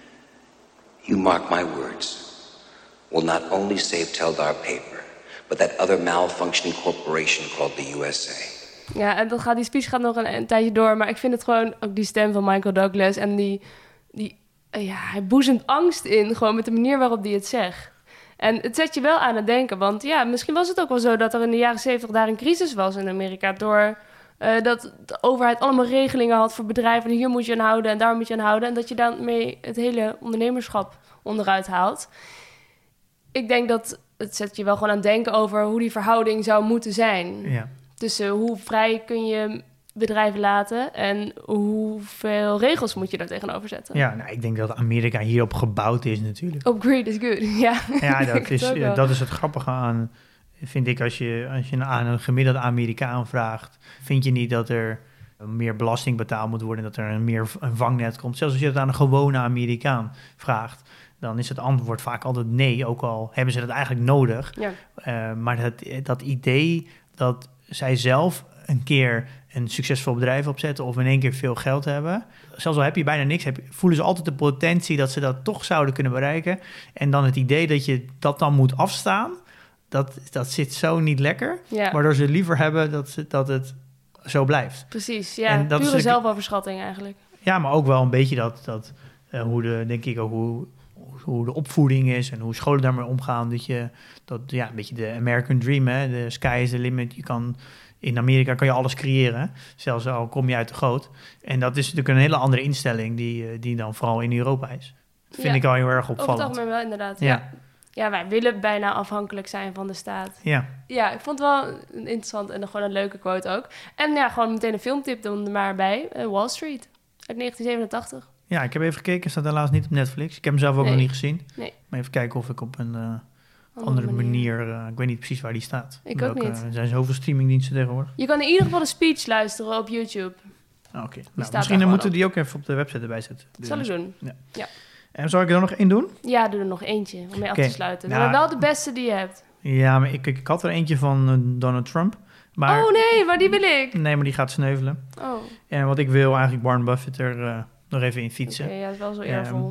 [SPEAKER 6] you mark my words, will not only save Teldar Paper, but that other malfunctioning corporation called the U S A.
[SPEAKER 2] Ja, en dat gaat, die speech gaat nog een, een tijdje door, maar ik vind het gewoon, ook die stem van Michael Douglas en die, die uh, ja, hij boezemt angst in, gewoon met de manier waarop hij het zegt. En het zet je wel aan het denken, want ja, misschien was het ook wel zo dat er in de jaren zeventig daar een crisis was in Amerika, door uh, dat de overheid allemaal regelingen had voor bedrijven, en hier moet je aan houden en daar moet je aan houden, en dat je daarmee het hele ondernemerschap onderuit haalt. Ik denk dat het zet je wel gewoon aan het denken over hoe die verhouding zou moeten zijn.
[SPEAKER 3] Ja.
[SPEAKER 2] Tussen hoe vrij kun je bedrijven laten en hoeveel regels moet je daar tegenover zetten.
[SPEAKER 3] Ja, nou, ik denk dat Amerika hierop gebouwd is natuurlijk.
[SPEAKER 2] Op greed is good, ja.
[SPEAKER 3] Ja,
[SPEAKER 2] Ik denk
[SPEAKER 3] dat is,
[SPEAKER 2] het ook wel.
[SPEAKER 3] dat is het grappige aan, vind ik, als je, als je aan een gemiddelde Amerikaan vraagt, vind je niet dat er meer belasting betaald moet worden, dat er een meer een vangnet komt. Zelfs als je het aan een gewone Amerikaan vraagt, dan is het antwoord vaak altijd nee, ook al hebben ze dat eigenlijk nodig.
[SPEAKER 2] Ja.
[SPEAKER 3] Uh, maar dat, dat idee dat zij zelf een keer een succesvol bedrijf opzetten of in één keer veel geld hebben, zelfs al heb je bijna niks, heb je, voelen ze altijd de potentie dat ze dat toch zouden kunnen bereiken. En dan het idee dat je dat dan moet afstaan, dat, dat zit zo niet lekker,
[SPEAKER 2] Ja.
[SPEAKER 3] waardoor ze liever hebben dat, ze, dat het zo blijft.
[SPEAKER 2] Precies, ja.
[SPEAKER 3] En dat
[SPEAKER 2] Pure
[SPEAKER 3] is-
[SPEAKER 2] zelfoverschatting eigenlijk.
[SPEAKER 3] Ja, maar ook wel een beetje dat, dat uh, hoe de, denk ik ook hoe, hoe de opvoeding is en hoe scholen daarmee omgaan. Dat je, dat, ja, een beetje de American dream, hè, de sky is the limit. Je kan, in Amerika kan je alles creëren, zelfs al kom je uit de goot. En dat is natuurlijk een hele andere instelling die, uh, die dan vooral in Europa is. Vind
[SPEAKER 2] Ja.
[SPEAKER 3] ik al heel erg
[SPEAKER 2] Over het
[SPEAKER 3] opvallend.
[SPEAKER 2] algemeen wel, inderdaad.
[SPEAKER 3] Ja.
[SPEAKER 2] Ja. ja, wij willen bijna afhankelijk zijn van de staat.
[SPEAKER 3] Ja,
[SPEAKER 2] Ja, ik vond het wel interessant en gewoon een leuke quote ook. En ja, gewoon meteen een filmtip doen er maar bij. Uh, Wall Street uit negentien zevenentachtig.
[SPEAKER 3] ja, ik heb even gekeken, staat helaas niet op Netflix. Ik heb hem zelf ook
[SPEAKER 2] Nee.
[SPEAKER 3] nog niet gezien.
[SPEAKER 2] Nee.
[SPEAKER 3] Maar even kijken of ik op een uh, andere manier, uh, ik weet niet precies waar die staat.
[SPEAKER 2] Ik
[SPEAKER 3] Welke-
[SPEAKER 2] ook niet.
[SPEAKER 3] Er zijn zoveel streamingdiensten tegenwoordig.
[SPEAKER 2] Je kan in ieder geval de speech luisteren op YouTube.
[SPEAKER 3] Ah, Oké,
[SPEAKER 2] staat
[SPEAKER 3] nou,
[SPEAKER 2] daar
[SPEAKER 3] misschien
[SPEAKER 2] gewoon
[SPEAKER 3] moeten we
[SPEAKER 2] op.
[SPEAKER 3] die ook even op de website erbij zetten.
[SPEAKER 2] Dat zal ik doen.
[SPEAKER 3] En zal ik er dan nog één doen?
[SPEAKER 2] Ja, doe er nog eentje om mee af
[SPEAKER 3] Oké.
[SPEAKER 2] te sluiten.
[SPEAKER 3] Ja.
[SPEAKER 2] Maar wel de beste die je hebt.
[SPEAKER 3] Ja, maar ik, ik, ik had er eentje van uh, Donald Trump. Maar,
[SPEAKER 2] Oh nee, maar die wil ik.
[SPEAKER 3] Nee, maar die gaat sneuvelen.
[SPEAKER 2] Oh,
[SPEAKER 3] En wat ik wil eigenlijk Warren Buffett er uh, nog even in fietsen.
[SPEAKER 2] oké, ja, dat is wel zo
[SPEAKER 3] Ehm,
[SPEAKER 2] eervol.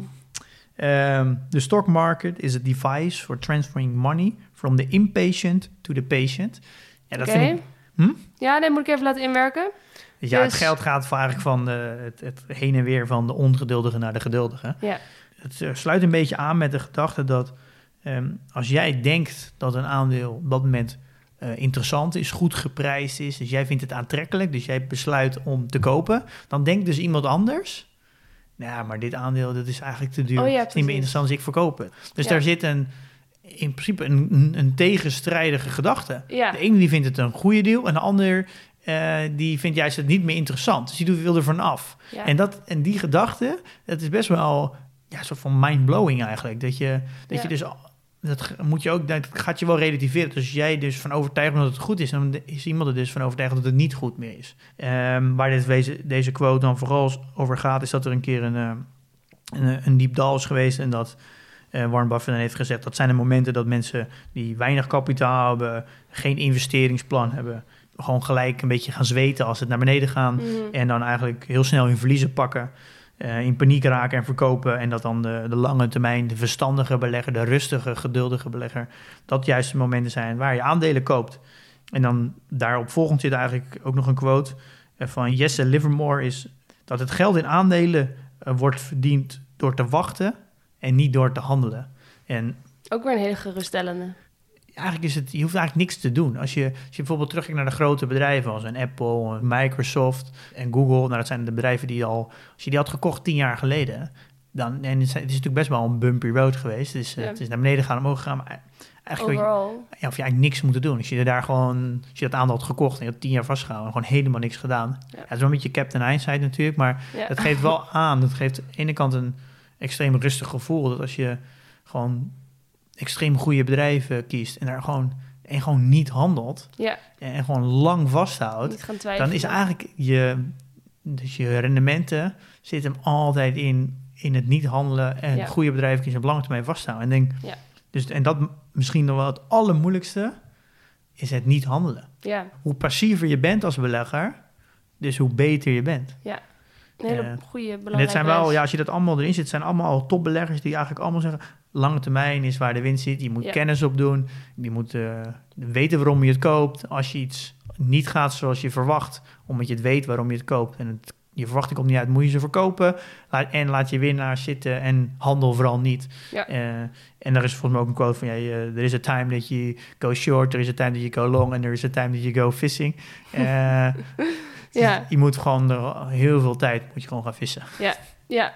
[SPEAKER 3] Um, the stock market is a device for transferring money from the impatient to the patient. Ja, dat
[SPEAKER 2] Oké.
[SPEAKER 3] vind ik... Hm?
[SPEAKER 2] Ja, nee, moet ik even laten inwerken.
[SPEAKER 3] Dus ja, het
[SPEAKER 2] Dus-
[SPEAKER 3] geld gaat eigenlijk van de, het, het heen en weer van de ongeduldige naar de geduldige.
[SPEAKER 2] Ja,
[SPEAKER 3] Het uh, sluit een beetje aan met de gedachte dat um, als jij denkt dat een aandeel op dat moment uh, interessant is, goed geprijsd is, dus jij vindt het aantrekkelijk, dus jij besluit om te kopen, dan denkt dus iemand anders, nou, maar dit aandeel dat is eigenlijk te duur,
[SPEAKER 2] Oh ja,
[SPEAKER 3] het is niet meer
[SPEAKER 2] precies.
[SPEAKER 3] interessant, dus ik verkoop het. Dus
[SPEAKER 2] Ja.
[SPEAKER 3] daar zit een, in principe een, een, een tegenstrijdige gedachte.
[SPEAKER 2] ja,
[SPEAKER 3] De ene die vindt het een goede deal en de ander uh, die vindt juist het niet meer interessant. Dus die doet- wil er vanaf.
[SPEAKER 2] ja.
[SPEAKER 3] En, dat, en die gedachte, dat is best wel ja, een soort van mind-blowing eigenlijk. Dat je, dat
[SPEAKER 2] Ja.
[SPEAKER 3] je dus, al- dat g- moet je ook, dat gaat je wel relativeren. Dus als jij dus van overtuigd bent dat het goed is, dan is iemand er dus van overtuigd dat het niet goed meer is. Um, waar dit, deze, deze quote dan vooral over gaat, is dat er een keer een, uh, een, een diep dal is geweest en dat uh, Warren Buffett dan heeft gezegd, dat zijn de momenten dat mensen die weinig kapitaal hebben, geen investeringsplan hebben, gewoon gelijk een beetje gaan zweten als het naar beneden gaan.
[SPEAKER 2] Mhm.
[SPEAKER 3] En dan eigenlijk heel snel hun verliezen pakken, uh, in paniek raken en verkopen. En dat dan de, de lange termijn, de verstandige belegger, de rustige, geduldige belegger, dat juist de momenten zijn waar je aandelen koopt. En dan daarop volgend zit eigenlijk ook nog een quote uh, van Jesse Livermore, is dat het geld in aandelen uh, wordt verdiend door te wachten en niet door te handelen. En
[SPEAKER 2] Ook weer een hele geruststellende.
[SPEAKER 3] eigenlijk is het, je hoeft eigenlijk niks te doen. Als je, als je bijvoorbeeld terugkijkt naar de grote bedrijven als een Apple, een Microsoft en Google, nou dat zijn de bedrijven die al, als je die had gekocht tien jaar geleden, dan, en het is, het is natuurlijk best wel een bumpy road geweest. Het is,
[SPEAKER 2] Ja.
[SPEAKER 3] het is naar beneden gaan, omhoog gegaan, maar eigenlijk
[SPEAKER 2] Overal.
[SPEAKER 3] ja, of je eigenlijk niks moeten doen. Als je daar gewoon, als je dat aandeel had gekocht en je had tien jaar vastgehouden en gewoon helemaal niks gedaan. Ja.
[SPEAKER 2] Ja.
[SPEAKER 3] het is wel een beetje Captain Hindsight natuurlijk, maar
[SPEAKER 2] Ja.
[SPEAKER 3] het geeft wel aan, het geeft aan de ene kant een extreem rustig gevoel, dat als je gewoon extreem goede bedrijven kiest en daar gewoon, en gewoon niet handelt
[SPEAKER 2] Ja,
[SPEAKER 3] en, en gewoon lang vasthoudt,
[SPEAKER 2] niet gaan twijfelen.
[SPEAKER 3] dan is eigenlijk je, dus je rendementen zitten hem altijd in, in het niet handelen en
[SPEAKER 2] Ja.
[SPEAKER 3] goede bedrijven kiezen op lange termijn vasthouden. En, denk,
[SPEAKER 2] Ja.
[SPEAKER 3] dus, en dat m- misschien nog wel het allermoeilijkste is het niet handelen.
[SPEAKER 2] Ja,
[SPEAKER 3] Hoe passiever je bent als belegger, dus hoe beter je bent.
[SPEAKER 2] een hele
[SPEAKER 3] Eh,
[SPEAKER 2] goede, belangrijke
[SPEAKER 3] En dit zijn wel,
[SPEAKER 2] les.
[SPEAKER 3] ja, als je dat allemaal erin zit, zijn allemaal topbeleggers die eigenlijk allemaal zeggen, lange termijn is waar de winst zit. Je moet
[SPEAKER 2] Ja.
[SPEAKER 3] kennis opdoen, je moet uh, weten waarom je het koopt. Als je iets niet gaat zoals je verwacht, omdat je het weet waarom je het koopt en het, je verwachting komt niet uit, moet je ze verkopen. Laat, en laat je winnaars zitten en handel vooral niet.
[SPEAKER 2] Ja.
[SPEAKER 3] Uh, en er is volgens mij ook een quote van, ja, uh, there is a time that you go short, there is a time that you go long, and there is a time that you go fishing. Uh,
[SPEAKER 2] Ja.
[SPEAKER 3] Je moet gewoon er heel veel tijd moet je gewoon gaan vissen.
[SPEAKER 2] Ja.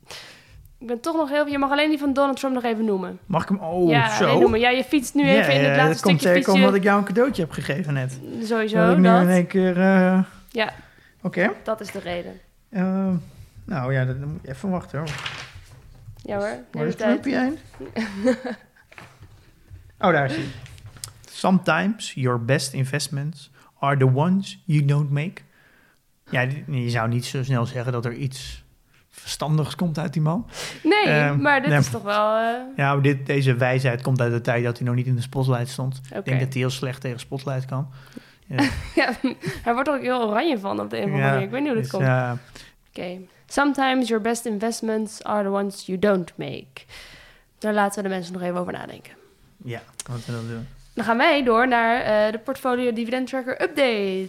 [SPEAKER 2] Ik ben toch nog heel... Je mag alleen die van Donald Trump nog even noemen.
[SPEAKER 3] Mag ik hem? Oh,
[SPEAKER 2] ja,
[SPEAKER 3] zo.
[SPEAKER 2] alleen noemen. Ja, je fietst nu even in het
[SPEAKER 3] ja,
[SPEAKER 2] laatste
[SPEAKER 3] dat komt
[SPEAKER 2] stukje
[SPEAKER 3] zeker
[SPEAKER 2] fiets je...
[SPEAKER 3] omdat ik jou een cadeautje heb gegeven net.
[SPEAKER 2] Sowieso,
[SPEAKER 3] Dat ik nu
[SPEAKER 2] dat.
[SPEAKER 3] in één keer... Uh...
[SPEAKER 2] Ja.
[SPEAKER 3] Oké. Okay.
[SPEAKER 2] Dat is de reden.
[SPEAKER 3] Uh, nou ja, dat, dan moet je even wachten hoor.
[SPEAKER 2] Ja hoor,
[SPEAKER 3] Waar is
[SPEAKER 2] de tijd.
[SPEAKER 3] Trumpie heen? Oh, daar is hij. Sometimes your best investments are the ones you don't make. Ja, je zou niet zo snel zeggen dat er iets verstandigs komt uit die man.
[SPEAKER 2] Nee,
[SPEAKER 3] Ehm,
[SPEAKER 2] maar dit
[SPEAKER 3] nee.
[SPEAKER 2] is toch wel... Uh...
[SPEAKER 3] Ja, maar dit, deze wijsheid komt uit de tijd dat hij nog niet in de spotlight stond.
[SPEAKER 2] Okay.
[SPEAKER 3] Ik denk dat hij heel slecht tegen spotlight kan. Ja.
[SPEAKER 2] Ja, hij wordt er ook heel oranje van op de een of andere
[SPEAKER 3] Ja,
[SPEAKER 2] manier. Ik weet niet hoe dit
[SPEAKER 3] dus,
[SPEAKER 2] komt.
[SPEAKER 3] uh,
[SPEAKER 2] Oké. Okay. Sometimes your best investments are the ones you don't make. Daar laten we de mensen nog even over nadenken.
[SPEAKER 3] Ja, wat we dan doen.
[SPEAKER 2] Dan gaan wij door naar uh, de Portfolio Dividend Tracker Update.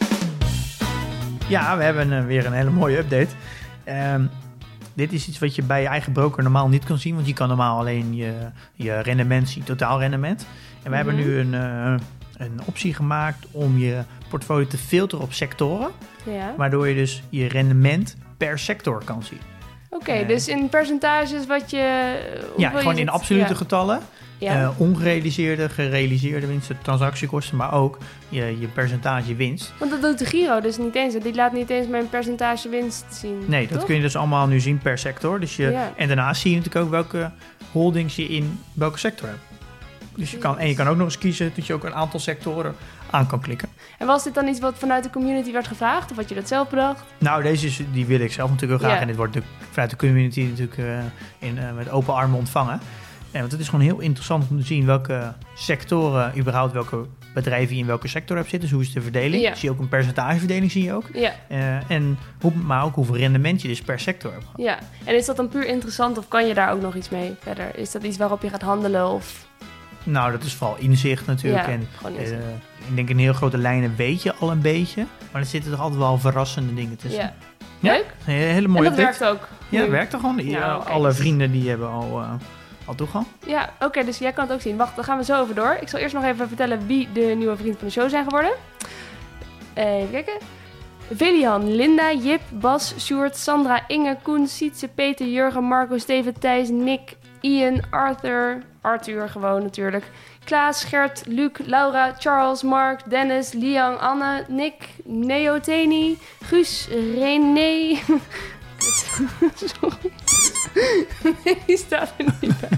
[SPEAKER 3] Ja, we hebben uh, weer een hele mooie update. Um, dit is iets wat je bij je eigen broker normaal niet kan zien, want je kan normaal alleen je, je rendement zien, totaal rendement. En wij mm-hmm. hebben nu een, uh, een optie gemaakt om je portfolio te filteren op sectoren,
[SPEAKER 2] ja.
[SPEAKER 3] waardoor je dus je rendement per sector kan zien.
[SPEAKER 2] Oké, okay, uh, dus in percentages wat je...
[SPEAKER 3] Ja, gewoon in absolute ja. getallen.
[SPEAKER 2] Ja.
[SPEAKER 3] Uh, ongerealiseerde, gerealiseerde winsten, transactiekosten, maar ook je, je percentage winst.
[SPEAKER 2] Want dat doet de Giro dus niet eens. Die laat niet eens mijn percentage winst zien.
[SPEAKER 3] Nee,
[SPEAKER 2] toch?
[SPEAKER 3] Dat kun je dus allemaal nu zien per sector. Dus je,
[SPEAKER 2] ja.
[SPEAKER 3] En daarnaast zie je natuurlijk ook welke holdings je in welke sector hebt. Dus je kan, en je kan ook nog eens kiezen dat je ook een aantal sectoren aan kan klikken.
[SPEAKER 2] En was dit dan iets wat vanuit de community werd gevraagd? Of had je dat zelf bedacht?
[SPEAKER 3] Nou, deze is, die wil ik zelf natuurlijk wel graag.
[SPEAKER 2] Ja.
[SPEAKER 3] En dit wordt natuurlijk vanuit de community natuurlijk uh, in, uh, met open armen ontvangen. Ja, want het is gewoon heel interessant om te zien welke sectoren, überhaupt welke bedrijven je in welke sector hebt zitten. Dus hoe is de verdeling?
[SPEAKER 2] Ja.
[SPEAKER 3] Zie je ook een percentageverdeling, zie je ook.
[SPEAKER 2] Ja.
[SPEAKER 3] Uh, en hoe, maar ook hoeveel rendement je dus per sector hebt.
[SPEAKER 2] Ja, en is dat dan puur interessant of kan je daar ook nog iets mee verder? Is dat iets waarop je gaat handelen of...
[SPEAKER 3] Nou, dat is vooral inzicht natuurlijk.
[SPEAKER 2] Ja,
[SPEAKER 3] en
[SPEAKER 2] inzicht.
[SPEAKER 3] Uh, ik denk in heel grote lijnen weet je al een beetje. Maar er zitten toch altijd wel verrassende dingen tussen.
[SPEAKER 2] Ja.
[SPEAKER 3] Ja?
[SPEAKER 2] Leuk.
[SPEAKER 3] Een hele mooie
[SPEAKER 2] en dat
[SPEAKER 3] update.
[SPEAKER 2] werkt ook?
[SPEAKER 3] Ja, dat werkt toch gewoon.
[SPEAKER 2] Nou,
[SPEAKER 3] Ja,
[SPEAKER 2] okay,
[SPEAKER 3] alle
[SPEAKER 2] dus...
[SPEAKER 3] vrienden die hebben al, uh, al toegang.
[SPEAKER 2] Ja, oké, okay, dus jij kan het ook zien. Wacht, dan gaan we zo over door. Ik zal eerst nog even vertellen wie de nieuwe vrienden van de show zijn geworden. Even kijken. Velian, Linda, Jip, Bas, Sjoerd, Sandra, Inge, Koen, Sietse, Peter, Jurgen, Marco, Steven, Thijs, Nick, Ian, Arthur, Arthur gewoon natuurlijk, Klaas, Gert, Luc, Laura, Charles, Mark, Dennis, Liang, Anne, Nick, Neoteni, Guus, René. Sorry. Die staat er niet bij.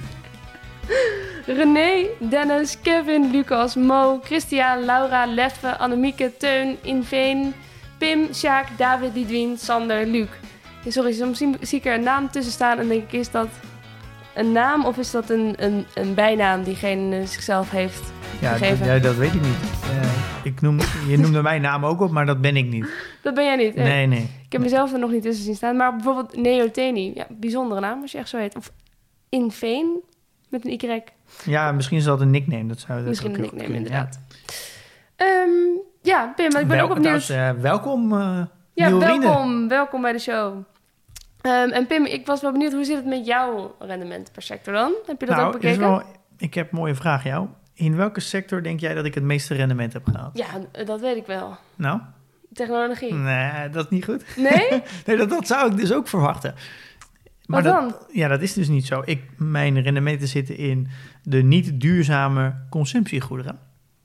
[SPEAKER 2] René, Dennis, Kevin, Lucas, Mo, Christian, Laura, Leffe, Annemieke, Teun, Inveen, Pim, Sjaak, David, Lidwien, Sander, Luc. Ja, sorry, soms zie ik er een naam tussen staan en denk ik, is dat een naam of is dat een, een, een bijnaam die geen zichzelf heeft
[SPEAKER 3] ja,
[SPEAKER 2] gegeven?
[SPEAKER 3] D- ja, dat weet ik niet. Uh, ik noem, je noemde mijn naam ook op, maar dat ben ik niet.
[SPEAKER 2] Dat ben jij niet?
[SPEAKER 3] Nee, nee. nee.
[SPEAKER 2] Ik heb mezelf er nog niet tussen zien staan. Maar bijvoorbeeld Neoteni, ja, bijzondere naam als je echt zo heet. Of Inveen, met een Y.
[SPEAKER 3] Ja, misschien is dat een nickname. Dat zou, dat
[SPEAKER 2] misschien een nickname,
[SPEAKER 3] kunnen,
[SPEAKER 2] inderdaad. Ja. Um, ja, Pim, maar ik ben
[SPEAKER 3] Wel,
[SPEAKER 2] ook opnieuw...
[SPEAKER 3] Uh, welkom, uh,
[SPEAKER 2] Ja, welkom,
[SPEAKER 3] vrienden.
[SPEAKER 2] welkom bij de show. Um, en Pim, ik was wel benieuwd, hoe zit het met jouw rendement per sector dan? Heb je dat
[SPEAKER 3] nou,
[SPEAKER 2] ook bekeken?
[SPEAKER 3] Is wel, ik heb een mooie vraag jou. In welke sector denk jij dat ik het meeste rendement heb gehaald?
[SPEAKER 2] Ja, dat weet ik wel.
[SPEAKER 3] Nou?
[SPEAKER 2] Technologie.
[SPEAKER 3] Nee, dat is niet goed.
[SPEAKER 2] Nee?
[SPEAKER 3] nee, dat, dat zou ik dus ook verwachten. Maar
[SPEAKER 2] Wat
[SPEAKER 3] dat,
[SPEAKER 2] dan?
[SPEAKER 3] Ja, dat is dus niet zo. Ik, mijn rendementen zitten in de niet duurzame consumptiegoederen.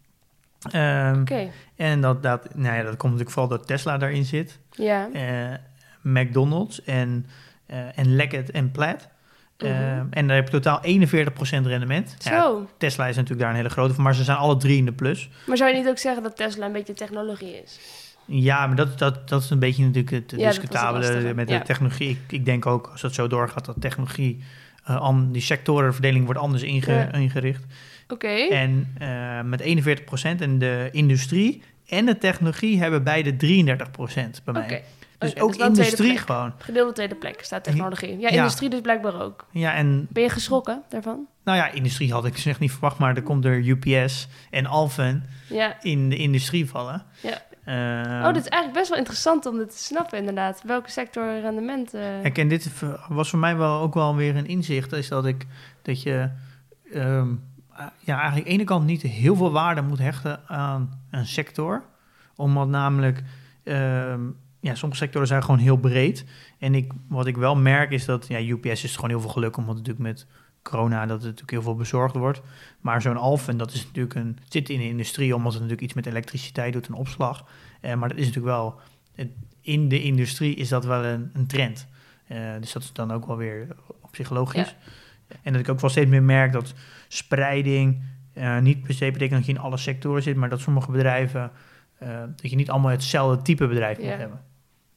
[SPEAKER 3] Um,
[SPEAKER 2] Oké. Okay.
[SPEAKER 3] En dat, dat, nou ja, dat komt natuurlijk vooral dat Tesla daarin zit.
[SPEAKER 2] Ja.
[SPEAKER 3] Uh, McDonald's en, uh, en Leggett en Plaid. Uh, mm-hmm. En daar heb je totaal eenenveertig procent rendement.
[SPEAKER 2] Zo.
[SPEAKER 3] Ja, Tesla is natuurlijk daar een hele grote van, maar ze zijn alle drie in de plus.
[SPEAKER 2] Maar zou je niet ook zeggen dat Tesla een beetje technologie is?
[SPEAKER 3] Ja, maar dat, dat, dat is een beetje natuurlijk het
[SPEAKER 2] ja,
[SPEAKER 3] discutabele met de
[SPEAKER 2] ja.
[SPEAKER 3] technologie. Ik, ik denk ook, als dat zo doorgaat, dat technologie, uh, an, die sectorenverdeling wordt anders inge, ja. ingericht.
[SPEAKER 2] Oké. Okay.
[SPEAKER 3] En uh, met eenenveertig procent en de industrie en de technologie hebben beide drieëndertig procent bij mij.
[SPEAKER 2] Okay.
[SPEAKER 3] Dus
[SPEAKER 2] okay,
[SPEAKER 3] ook
[SPEAKER 2] dus
[SPEAKER 3] industrie gewoon.
[SPEAKER 2] Gedeelde tweede plek staat technologie. Ja,
[SPEAKER 3] ja,
[SPEAKER 2] industrie dus blijkbaar ook.
[SPEAKER 3] Ja, en
[SPEAKER 2] ben je geschrokken daarvan?
[SPEAKER 3] Nou ja, industrie had ik echt niet verwacht, maar er komt er U P S en Alphen
[SPEAKER 2] ja.
[SPEAKER 3] in de industrie vallen.
[SPEAKER 2] Ja.
[SPEAKER 3] Uh,
[SPEAKER 2] oh, dit is eigenlijk best wel interessant om dit te snappen inderdaad. Welke sector rendement... Uh...
[SPEAKER 3] Kijk, en dit was voor mij wel ook wel weer een inzicht, is dat ik dat je um, ja, eigenlijk aan de ene kant niet heel veel waarde moet hechten aan een sector, omdat namelijk um, ja, sommige sectoren zijn gewoon heel breed. En ik, wat ik wel merk is dat, ja, U P S is gewoon heel veel geluk, omdat het natuurlijk met corona dat het natuurlijk heel veel bezorgd wordt. Maar zo'n Alphen, dat is natuurlijk een, zit in de industrie, omdat het natuurlijk iets met elektriciteit doet en opslag. Uh, maar dat is natuurlijk wel, in de industrie is dat wel een, een trend. Uh, dus dat is dan ook wel weer op zich logisch. Ja. En dat ik ook wel steeds meer merk dat spreiding uh, niet per se betekent dat je in alle sectoren zit, maar dat sommige bedrijven, uh, dat je niet allemaal hetzelfde type bedrijf
[SPEAKER 2] ja.
[SPEAKER 3] moet hebben.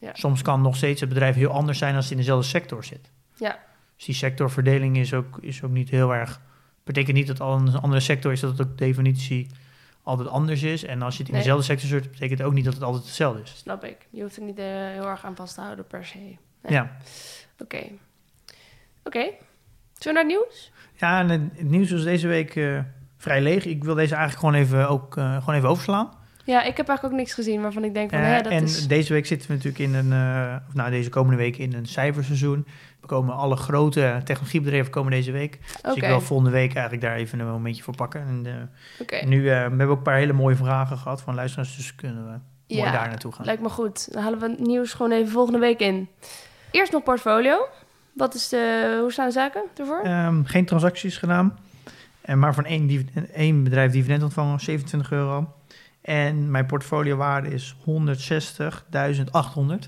[SPEAKER 2] Ja.
[SPEAKER 3] Soms kan nog steeds het bedrijf heel anders zijn als het in dezelfde sector zit.
[SPEAKER 2] Ja.
[SPEAKER 3] Dus die sectorverdeling is ook, is ook niet heel erg... betekent niet dat al een andere sector is dat het ook definitie altijd anders is. En als je het in
[SPEAKER 2] Nee.
[SPEAKER 3] dezelfde sector zit, betekent het ook niet dat het altijd hetzelfde is.
[SPEAKER 2] Snap ik. Je hoeft er niet uh, heel erg aan vast te houden per se. Nee.
[SPEAKER 3] Ja.
[SPEAKER 2] Oké. Oké. Okay. Zullen we naar het nieuws?
[SPEAKER 3] Ja, en het, het nieuws was deze week uh, vrij leeg. Ik wil deze eigenlijk gewoon even, ook, uh, gewoon even overslaan.
[SPEAKER 2] Ja, ik heb eigenlijk ook niks gezien waarvan ik denk van... Uh, hé, dat
[SPEAKER 3] en
[SPEAKER 2] is...
[SPEAKER 3] deze week zitten we natuurlijk in een... Uh, of nou, deze komende week in een cijferseizoen. We komen alle grote technologiebedrijven komen deze week. Dus
[SPEAKER 2] okay.
[SPEAKER 3] ik wil volgende week eigenlijk daar even een momentje voor pakken. En uh,
[SPEAKER 2] okay.
[SPEAKER 3] nu uh, we hebben ook een paar hele mooie vragen gehad van luisteraars. Dus kunnen we mooi
[SPEAKER 2] ja,
[SPEAKER 3] daar naartoe gaan.
[SPEAKER 2] Lijkt me goed. Dan halen we het nieuws gewoon even volgende week in. Eerst nog portfolio. Wat is de, hoe staan de zaken ervoor?
[SPEAKER 3] Um, geen transacties gedaan. En maar van één, dividend, één bedrijf dividend ontvangen, zevenentwintig euro. En mijn portfoliowaarde is honderdzestigduizend achthonderd.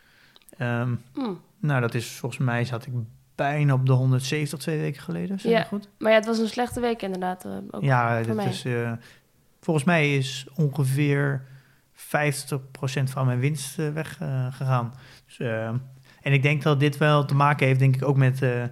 [SPEAKER 3] Um, mm. Nou, dat is volgens mij zat ik bijna op de honderdzeventig twee weken geleden. Zeg
[SPEAKER 2] ja,
[SPEAKER 3] goed?
[SPEAKER 2] Maar ja, het was een slechte week inderdaad. Uh, ook
[SPEAKER 3] ja, dat is, uh, volgens mij is ongeveer vijftig procent van mijn winst uh, weggegaan. Uh, dus, uh, en ik denk dat dit wel te maken heeft, denk ik, ook met... Uh,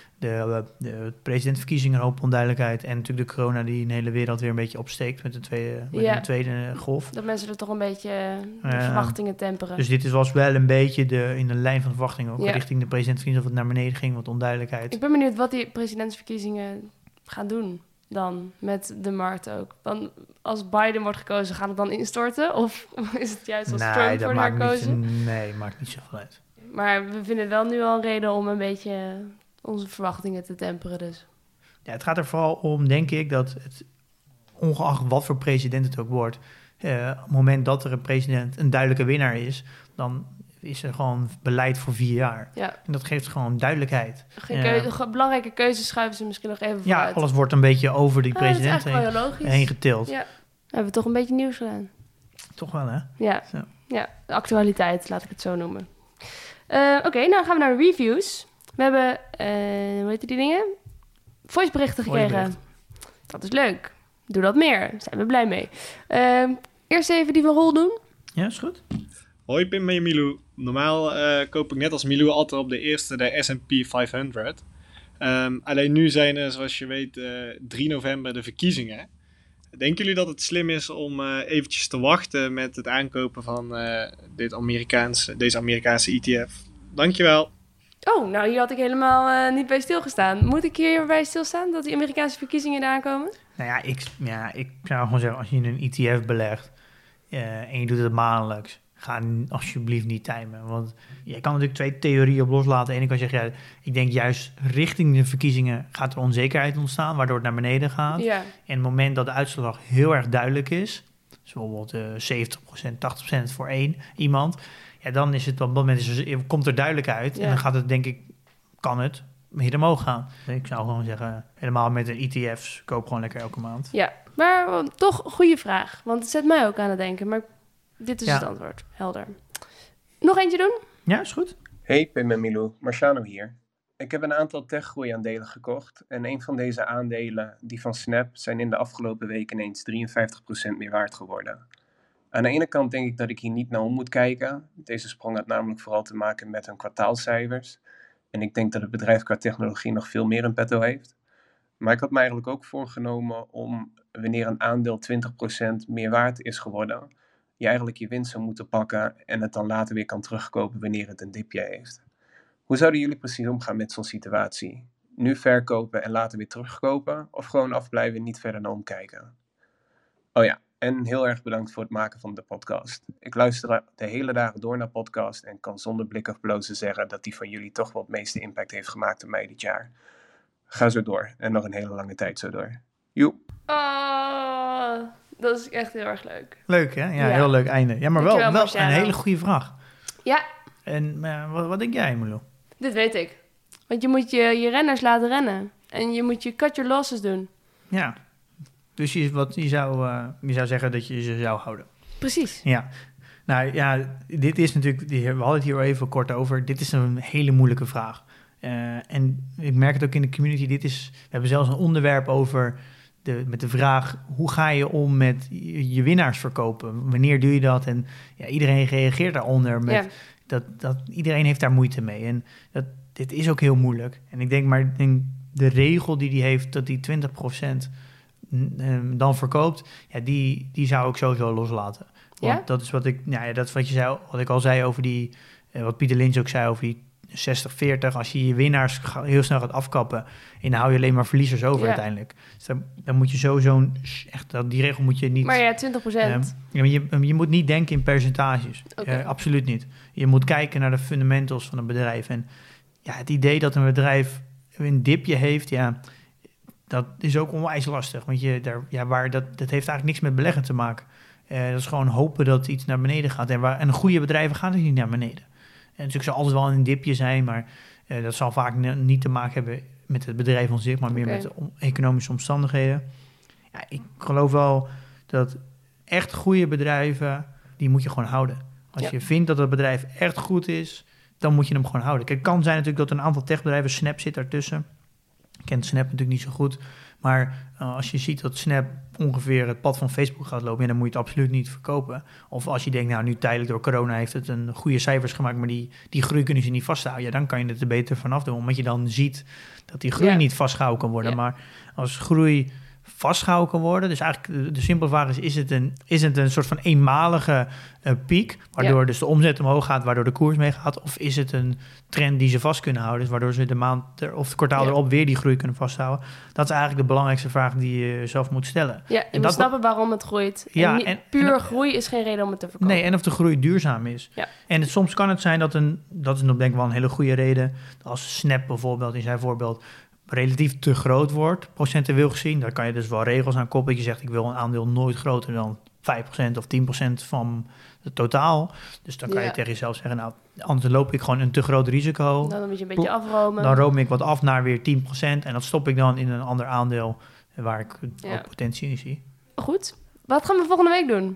[SPEAKER 3] De, de presidentsverkiezingen, een hoop onduidelijkheid. En natuurlijk de corona die een hele wereld weer een beetje opsteekt met de tweede, met
[SPEAKER 2] ja,
[SPEAKER 3] de tweede golf.
[SPEAKER 2] Dat mensen er toch een beetje de uh, verwachtingen temperen.
[SPEAKER 3] Dus dit was wel een beetje de, in de lijn van de verwachting ook.
[SPEAKER 2] Ja.
[SPEAKER 3] Richting de presidentsverkiezingen, of het naar beneden ging, wat onduidelijkheid.
[SPEAKER 2] Ik ben benieuwd wat die presidentsverkiezingen gaan doen dan met de markt ook. Dan, als Biden wordt gekozen, gaat het dan instorten? Of is het juist als
[SPEAKER 3] nee,
[SPEAKER 2] Trump
[SPEAKER 3] wordt
[SPEAKER 2] herkozen?
[SPEAKER 3] Niet, nee, maakt niet zoveel uit.
[SPEAKER 2] Maar we vinden wel nu al een reden om een beetje... onze verwachtingen te temperen dus.
[SPEAKER 3] Ja, het gaat er vooral om, denk ik, dat het, ongeacht wat voor president het ook wordt, uh, op het moment dat er een president een duidelijke winnaar is, dan is er gewoon beleid voor vier jaar.
[SPEAKER 2] Ja.
[SPEAKER 3] En dat geeft gewoon duidelijkheid.
[SPEAKER 2] Geen keuze, uh, belangrijke keuzes schuiven ze misschien nog even vooruit.
[SPEAKER 3] Ja, alles wordt een beetje over die president
[SPEAKER 2] ah,
[SPEAKER 3] heen, heen getild.
[SPEAKER 2] Ja. We hebben toch een beetje nieuws gedaan.
[SPEAKER 3] Toch wel, hè?
[SPEAKER 2] Ja, zo. Ja, de actualiteit, laat ik het zo noemen. Uh, Oké, okay, nou gaan we naar de reviews. We hebben, uh, hoe heet die dingen? Voiceberichten gekregen. Voicebericht. Dat is leuk. Doe dat meer. Daar zijn we blij mee. Uh, eerst even die van Rol doen.
[SPEAKER 3] Ja, is goed.
[SPEAKER 7] Hoi Pim en Milou. Normaal uh, koop ik net als Milou altijd op de eerste de S en P vijfhonderd. Um, alleen nu zijn er, zoals je weet, uh, drie november de verkiezingen. Denken jullie dat het slim is om uh, eventjes te wachten met het aankopen van uh, dit Amerikaanse, deze Amerikaanse E T F? Dankjewel.
[SPEAKER 2] Oh, nou hier had ik helemaal uh, niet bij stilgestaan. Moet ik hierbij stilstaan dat die Amerikaanse verkiezingen eraan komen?
[SPEAKER 3] Nou ja, ik, ja, ik zou gewoon zeggen, als je in een E T F belegt uh, en je doet het maandelijks, ga alsjeblieft niet timen. Want je kan natuurlijk twee theorieën op loslaten. Eén keer kan je zeggen, ja, ik denk juist richting de verkiezingen gaat er onzekerheid ontstaan, waardoor het naar beneden gaat.
[SPEAKER 2] Ja.
[SPEAKER 3] En het moment dat de uitslag heel erg duidelijk is, dus bijvoorbeeld uh, zeventig procent, tachtig procent voor één iemand, ja, dan is het op dat moment is er, komt er duidelijk uit. Ja. En dan gaat het, denk ik, kan het meer omhoog gaan. Ik zou gewoon zeggen, helemaal met de E T F's, koop gewoon lekker elke maand.
[SPEAKER 2] Ja, maar uh, toch een goede vraag. Want het zet mij ook aan het denken. Maar dit is
[SPEAKER 3] ja.
[SPEAKER 2] het antwoord. Helder. Nog eentje doen?
[SPEAKER 3] Ja, is goed.
[SPEAKER 8] Hey Pim en Milou, Marciano hier. Ik heb een aantal techgroeiaandelen gekocht. En een van deze aandelen, die van Snap, zijn in de afgelopen weken ineens drieënvijftig procent meer waard geworden. Aan de ene kant denk ik dat ik hier niet naar om moet kijken. Deze sprong had namelijk vooral te maken met hun kwartaalcijfers. En ik denk dat het bedrijf qua technologie nog veel meer in petto heeft. Maar ik had me eigenlijk ook voorgenomen om, wanneer een aandeel twintig procent meer waard is geworden, je eigenlijk je winst zou moeten pakken en het dan later weer kan terugkopen wanneer het een dipje heeft. Hoe zouden jullie precies omgaan met zo'n situatie? Nu verkopen en later weer terugkopen? Of gewoon afblijven en niet verder naar omkijken? Oh ja. En heel erg bedankt voor het maken van de podcast. Ik luister de hele dagen door naar podcast en kan zonder blik of blozen zeggen dat die van jullie toch wel het meeste impact heeft gemaakt op mij dit jaar. Ga zo door en nog een hele lange tijd zo door. Joep.
[SPEAKER 2] Oh, dat is echt heel erg leuk.
[SPEAKER 3] Leuk, hè? Ja, ja. Heel leuk einde. Ja, maar wel, wel, wel een hele goede vraag.
[SPEAKER 2] Ja.
[SPEAKER 3] En uh, wat, wat denk jij, Milou?
[SPEAKER 2] Dit weet ik. Want je moet je, je renners laten rennen. En je moet je cut your losses doen.
[SPEAKER 3] Ja. Dus je, wat, je, zou, uh, je zou zeggen dat je ze zou houden.
[SPEAKER 2] Precies.
[SPEAKER 3] Ja. Nou ja, dit is natuurlijk, we hadden het hier even kort over. Dit is een hele moeilijke vraag. Uh, en ik merk het ook in de community. Dit is, we hebben zelfs een onderwerp over de, met de vraag, hoe ga je om met je, je winnaars verkopen? Wanneer doe je dat? En ja, iedereen reageert daaronder met... Ja. dat, dat, iedereen heeft daar moeite mee. En dat, dit is ook heel moeilijk. En ik denk maar, ik denk de regel die hij heeft, dat die twintig procent dan verkoopt, ja, die, die zou ik sowieso loslaten. Want
[SPEAKER 2] Ja?
[SPEAKER 3] dat is wat ik, nou ja, dat is wat je zei, wat ik al zei over die, uh, wat Pieter Lynch ook zei over die zestig veertig. Als je je winnaars ga- heel snel gaat afkappen, en dan hou je alleen maar verliezers over
[SPEAKER 2] Ja.
[SPEAKER 3] uiteindelijk. Dus dan, dan moet je sowieso, echt, dat- die regel moet je niet...
[SPEAKER 2] Maar ja, twintig procent.
[SPEAKER 3] Ja, maar je, je moet niet denken in percentages.
[SPEAKER 2] Oké.
[SPEAKER 3] Eh, absoluut niet. Je moet kijken naar de fundamentals van een bedrijf. En ja, het idee dat een bedrijf een dipje heeft, ja, dat is ook onwijs lastig. Want je, daar, ja, waar, dat, dat heeft eigenlijk niks met beleggen te maken. Eh, dat is gewoon hopen dat iets naar beneden gaat. En, waar, en goede bedrijven gaan dus niet naar beneden. En natuurlijk zal altijd wel een dipje zijn, maar eh, dat zal vaak ne- niet te maken hebben met het bedrijf aan zich, maar meer
[SPEAKER 2] Oké.
[SPEAKER 3] met de om- economische omstandigheden. Ja, ik geloof wel dat echt goede bedrijven, die moet je gewoon houden. Als
[SPEAKER 2] Ja.
[SPEAKER 3] je vindt dat het bedrijf echt goed is, dan moet je hem gewoon houden. Kijk, het kan zijn natuurlijk dat een aantal techbedrijven, Snap zit daartussen. Ik ken Snap natuurlijk niet zo goed. Maar uh, als je ziet dat Snap ongeveer het pad van Facebook gaat lopen, ja, dan moet je het absoluut niet verkopen. Of als je denkt, nou nu tijdelijk door corona heeft het een goede cijfers gemaakt, maar die, die groei kunnen ze niet vasthouden. Ja, dan kan je het er beter vanaf doen. Omdat je dan ziet dat die groei
[SPEAKER 2] Ja.
[SPEAKER 3] niet vastgehouden kan worden.
[SPEAKER 2] Ja.
[SPEAKER 3] Maar als groei vastgehouden kan worden, dus eigenlijk de, de simpele vraag is, is het een, is het een soort van eenmalige uh, piek, waardoor
[SPEAKER 2] Ja.
[SPEAKER 3] dus de omzet omhoog gaat, waardoor de koers meegaat? Of is het een trend die ze vast kunnen houden, dus waardoor ze de maand er, of het kwartaal
[SPEAKER 2] Ja.
[SPEAKER 3] erop weer die groei kunnen vasthouden? Dat is eigenlijk de belangrijkste vraag die je zelf moet stellen.
[SPEAKER 2] Ja, je
[SPEAKER 3] En
[SPEAKER 2] moet
[SPEAKER 3] dat-
[SPEAKER 2] snappen waarom het groeit.
[SPEAKER 3] Ja,
[SPEAKER 2] en, niet-
[SPEAKER 3] en-
[SPEAKER 2] puur
[SPEAKER 3] en-
[SPEAKER 2] groei is geen reden om het te verkopen.
[SPEAKER 3] Nee, en of de groei duurzaam is.
[SPEAKER 2] Ja.
[SPEAKER 3] En het, soms kan het zijn dat een, dat is nog denk ik wel een hele goede reden, als Snap bijvoorbeeld in zijn voorbeeld relatief te groot wordt, procentueel gezien, daar kan je dus wel regels aan koppelen. Je zegt, ik wil een aandeel nooit groter dan vijf procent of tien procent van het totaal. Dus dan kan
[SPEAKER 2] Ja.
[SPEAKER 3] je tegen jezelf zeggen, nou, anders loop ik gewoon een te groot risico.
[SPEAKER 2] Dan moet je een beetje afromen.
[SPEAKER 3] Dan room ik wat af naar weer tien procent en dat stop ik dan in een ander aandeel waar ik
[SPEAKER 2] Ja.
[SPEAKER 3] ook potentie in zie.
[SPEAKER 2] Goed. Wat gaan we volgende week doen?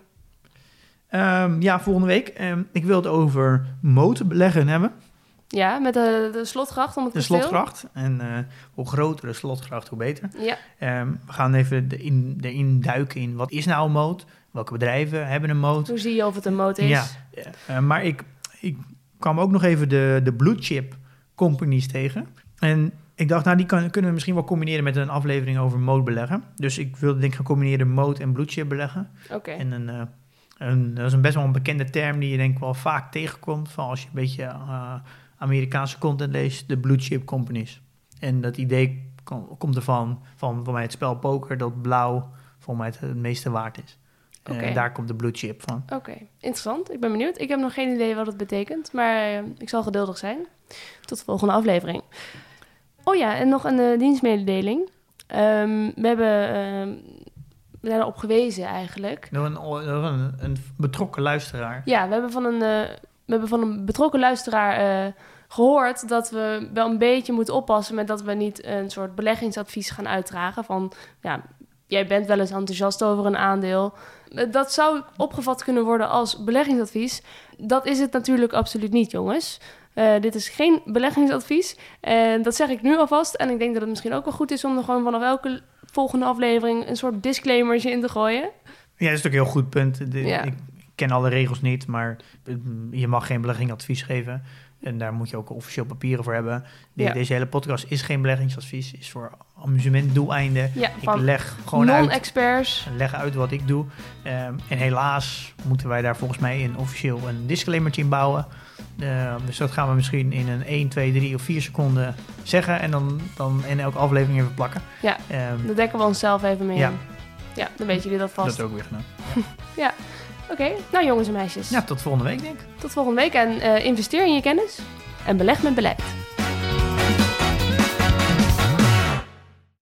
[SPEAKER 3] Ehm, ja, volgende week. Ehm, ik wil het over motorbeleggen hebben.
[SPEAKER 2] Ja, met de, de slotgracht om het
[SPEAKER 3] De
[SPEAKER 2] kasteel.
[SPEAKER 3] slotgracht. En eh, hoe groter de slotgracht, hoe beter.
[SPEAKER 2] Ja,
[SPEAKER 3] Ehm, we gaan even de in, erin duiken in wat is nou een moot? Welke bedrijven hebben een moot?
[SPEAKER 2] hoe zie je of het een moot is?
[SPEAKER 3] Ja, eh, maar ik, ik kwam ook nog even de, de blue chip companies tegen. En ik dacht, nou die kan, kunnen we misschien wel combineren met een aflevering over mootbeleggen. Dus ik wilde denk ik gaan combineren moot en blue chip beleggen.
[SPEAKER 2] Oké.
[SPEAKER 3] En een, eh, een, dat is een best wel een bekende term die je denk ik wel vaak tegenkomt. Van als je een beetje uh, Amerikaanse content leest, de blue chip companies. En dat idee kom, komt ervan, van voor mij het spel poker, dat blauw voor mij het, het meeste waard is.
[SPEAKER 2] Oké.
[SPEAKER 3] En daar komt de blue chip van.
[SPEAKER 2] Oké, interessant. Ik ben benieuwd. Ik heb nog geen idee wat het betekent, maar eh, ik zal geduldig zijn. Tot de volgende aflevering. Oh ja, en nog een eh, dienstmededeling. Ehm, we hebben... ehm, we zijn erop gewezen eigenlijk.
[SPEAKER 3] Door een, door een, een betrokken luisteraar.
[SPEAKER 2] Ja, we hebben van een, eh, we hebben van een betrokken luisteraar eh, gehoord dat we wel een beetje moeten oppassen met dat we niet een soort beleggingsadvies gaan uitdragen van, ja, jij bent wel eens enthousiast over een aandeel. Eh, Dat zou opgevat kunnen worden als beleggingsadvies. Dat is het natuurlijk absoluut niet, jongens. Uh, dit is geen beleggingsadvies. En dat zeg ik nu alvast. En ik denk dat het misschien ook wel goed is om er gewoon vanaf elke volgende aflevering een soort disclaimertje in te gooien.
[SPEAKER 3] Ja, dat is natuurlijk een heel goed punt. De,
[SPEAKER 2] Ja.
[SPEAKER 3] Ik ken alle regels niet, maar je mag geen beleggingsadvies geven. En daar moet je ook officieel papieren voor hebben. De,
[SPEAKER 2] Ja.
[SPEAKER 3] Deze hele podcast is geen beleggingsadvies, is voor amusementdoeleinden.
[SPEAKER 2] Ja,
[SPEAKER 3] Ik
[SPEAKER 2] van
[SPEAKER 3] leg gewoon uit,
[SPEAKER 2] non-experts.
[SPEAKER 3] leg uit wat ik doe. Um, en helaas moeten wij daar volgens mij een officieel een disclaimertje in bouwen. Uh, dus dat gaan we misschien in een één, twee, drie of vier seconden zeggen. En dan, dan in elke aflevering even plakken.
[SPEAKER 2] Ja,
[SPEAKER 3] Um,
[SPEAKER 2] daar dekken we onszelf even mee
[SPEAKER 3] Ja.
[SPEAKER 2] in. Ja, dan weten jullie dat vast.
[SPEAKER 3] dat is ook weer gedaan.
[SPEAKER 2] Oké, nou jongens en meisjes.
[SPEAKER 3] Ja, tot volgende week denk ik.
[SPEAKER 2] Tot volgende week en uh, investeer in je kennis en beleg met beleid.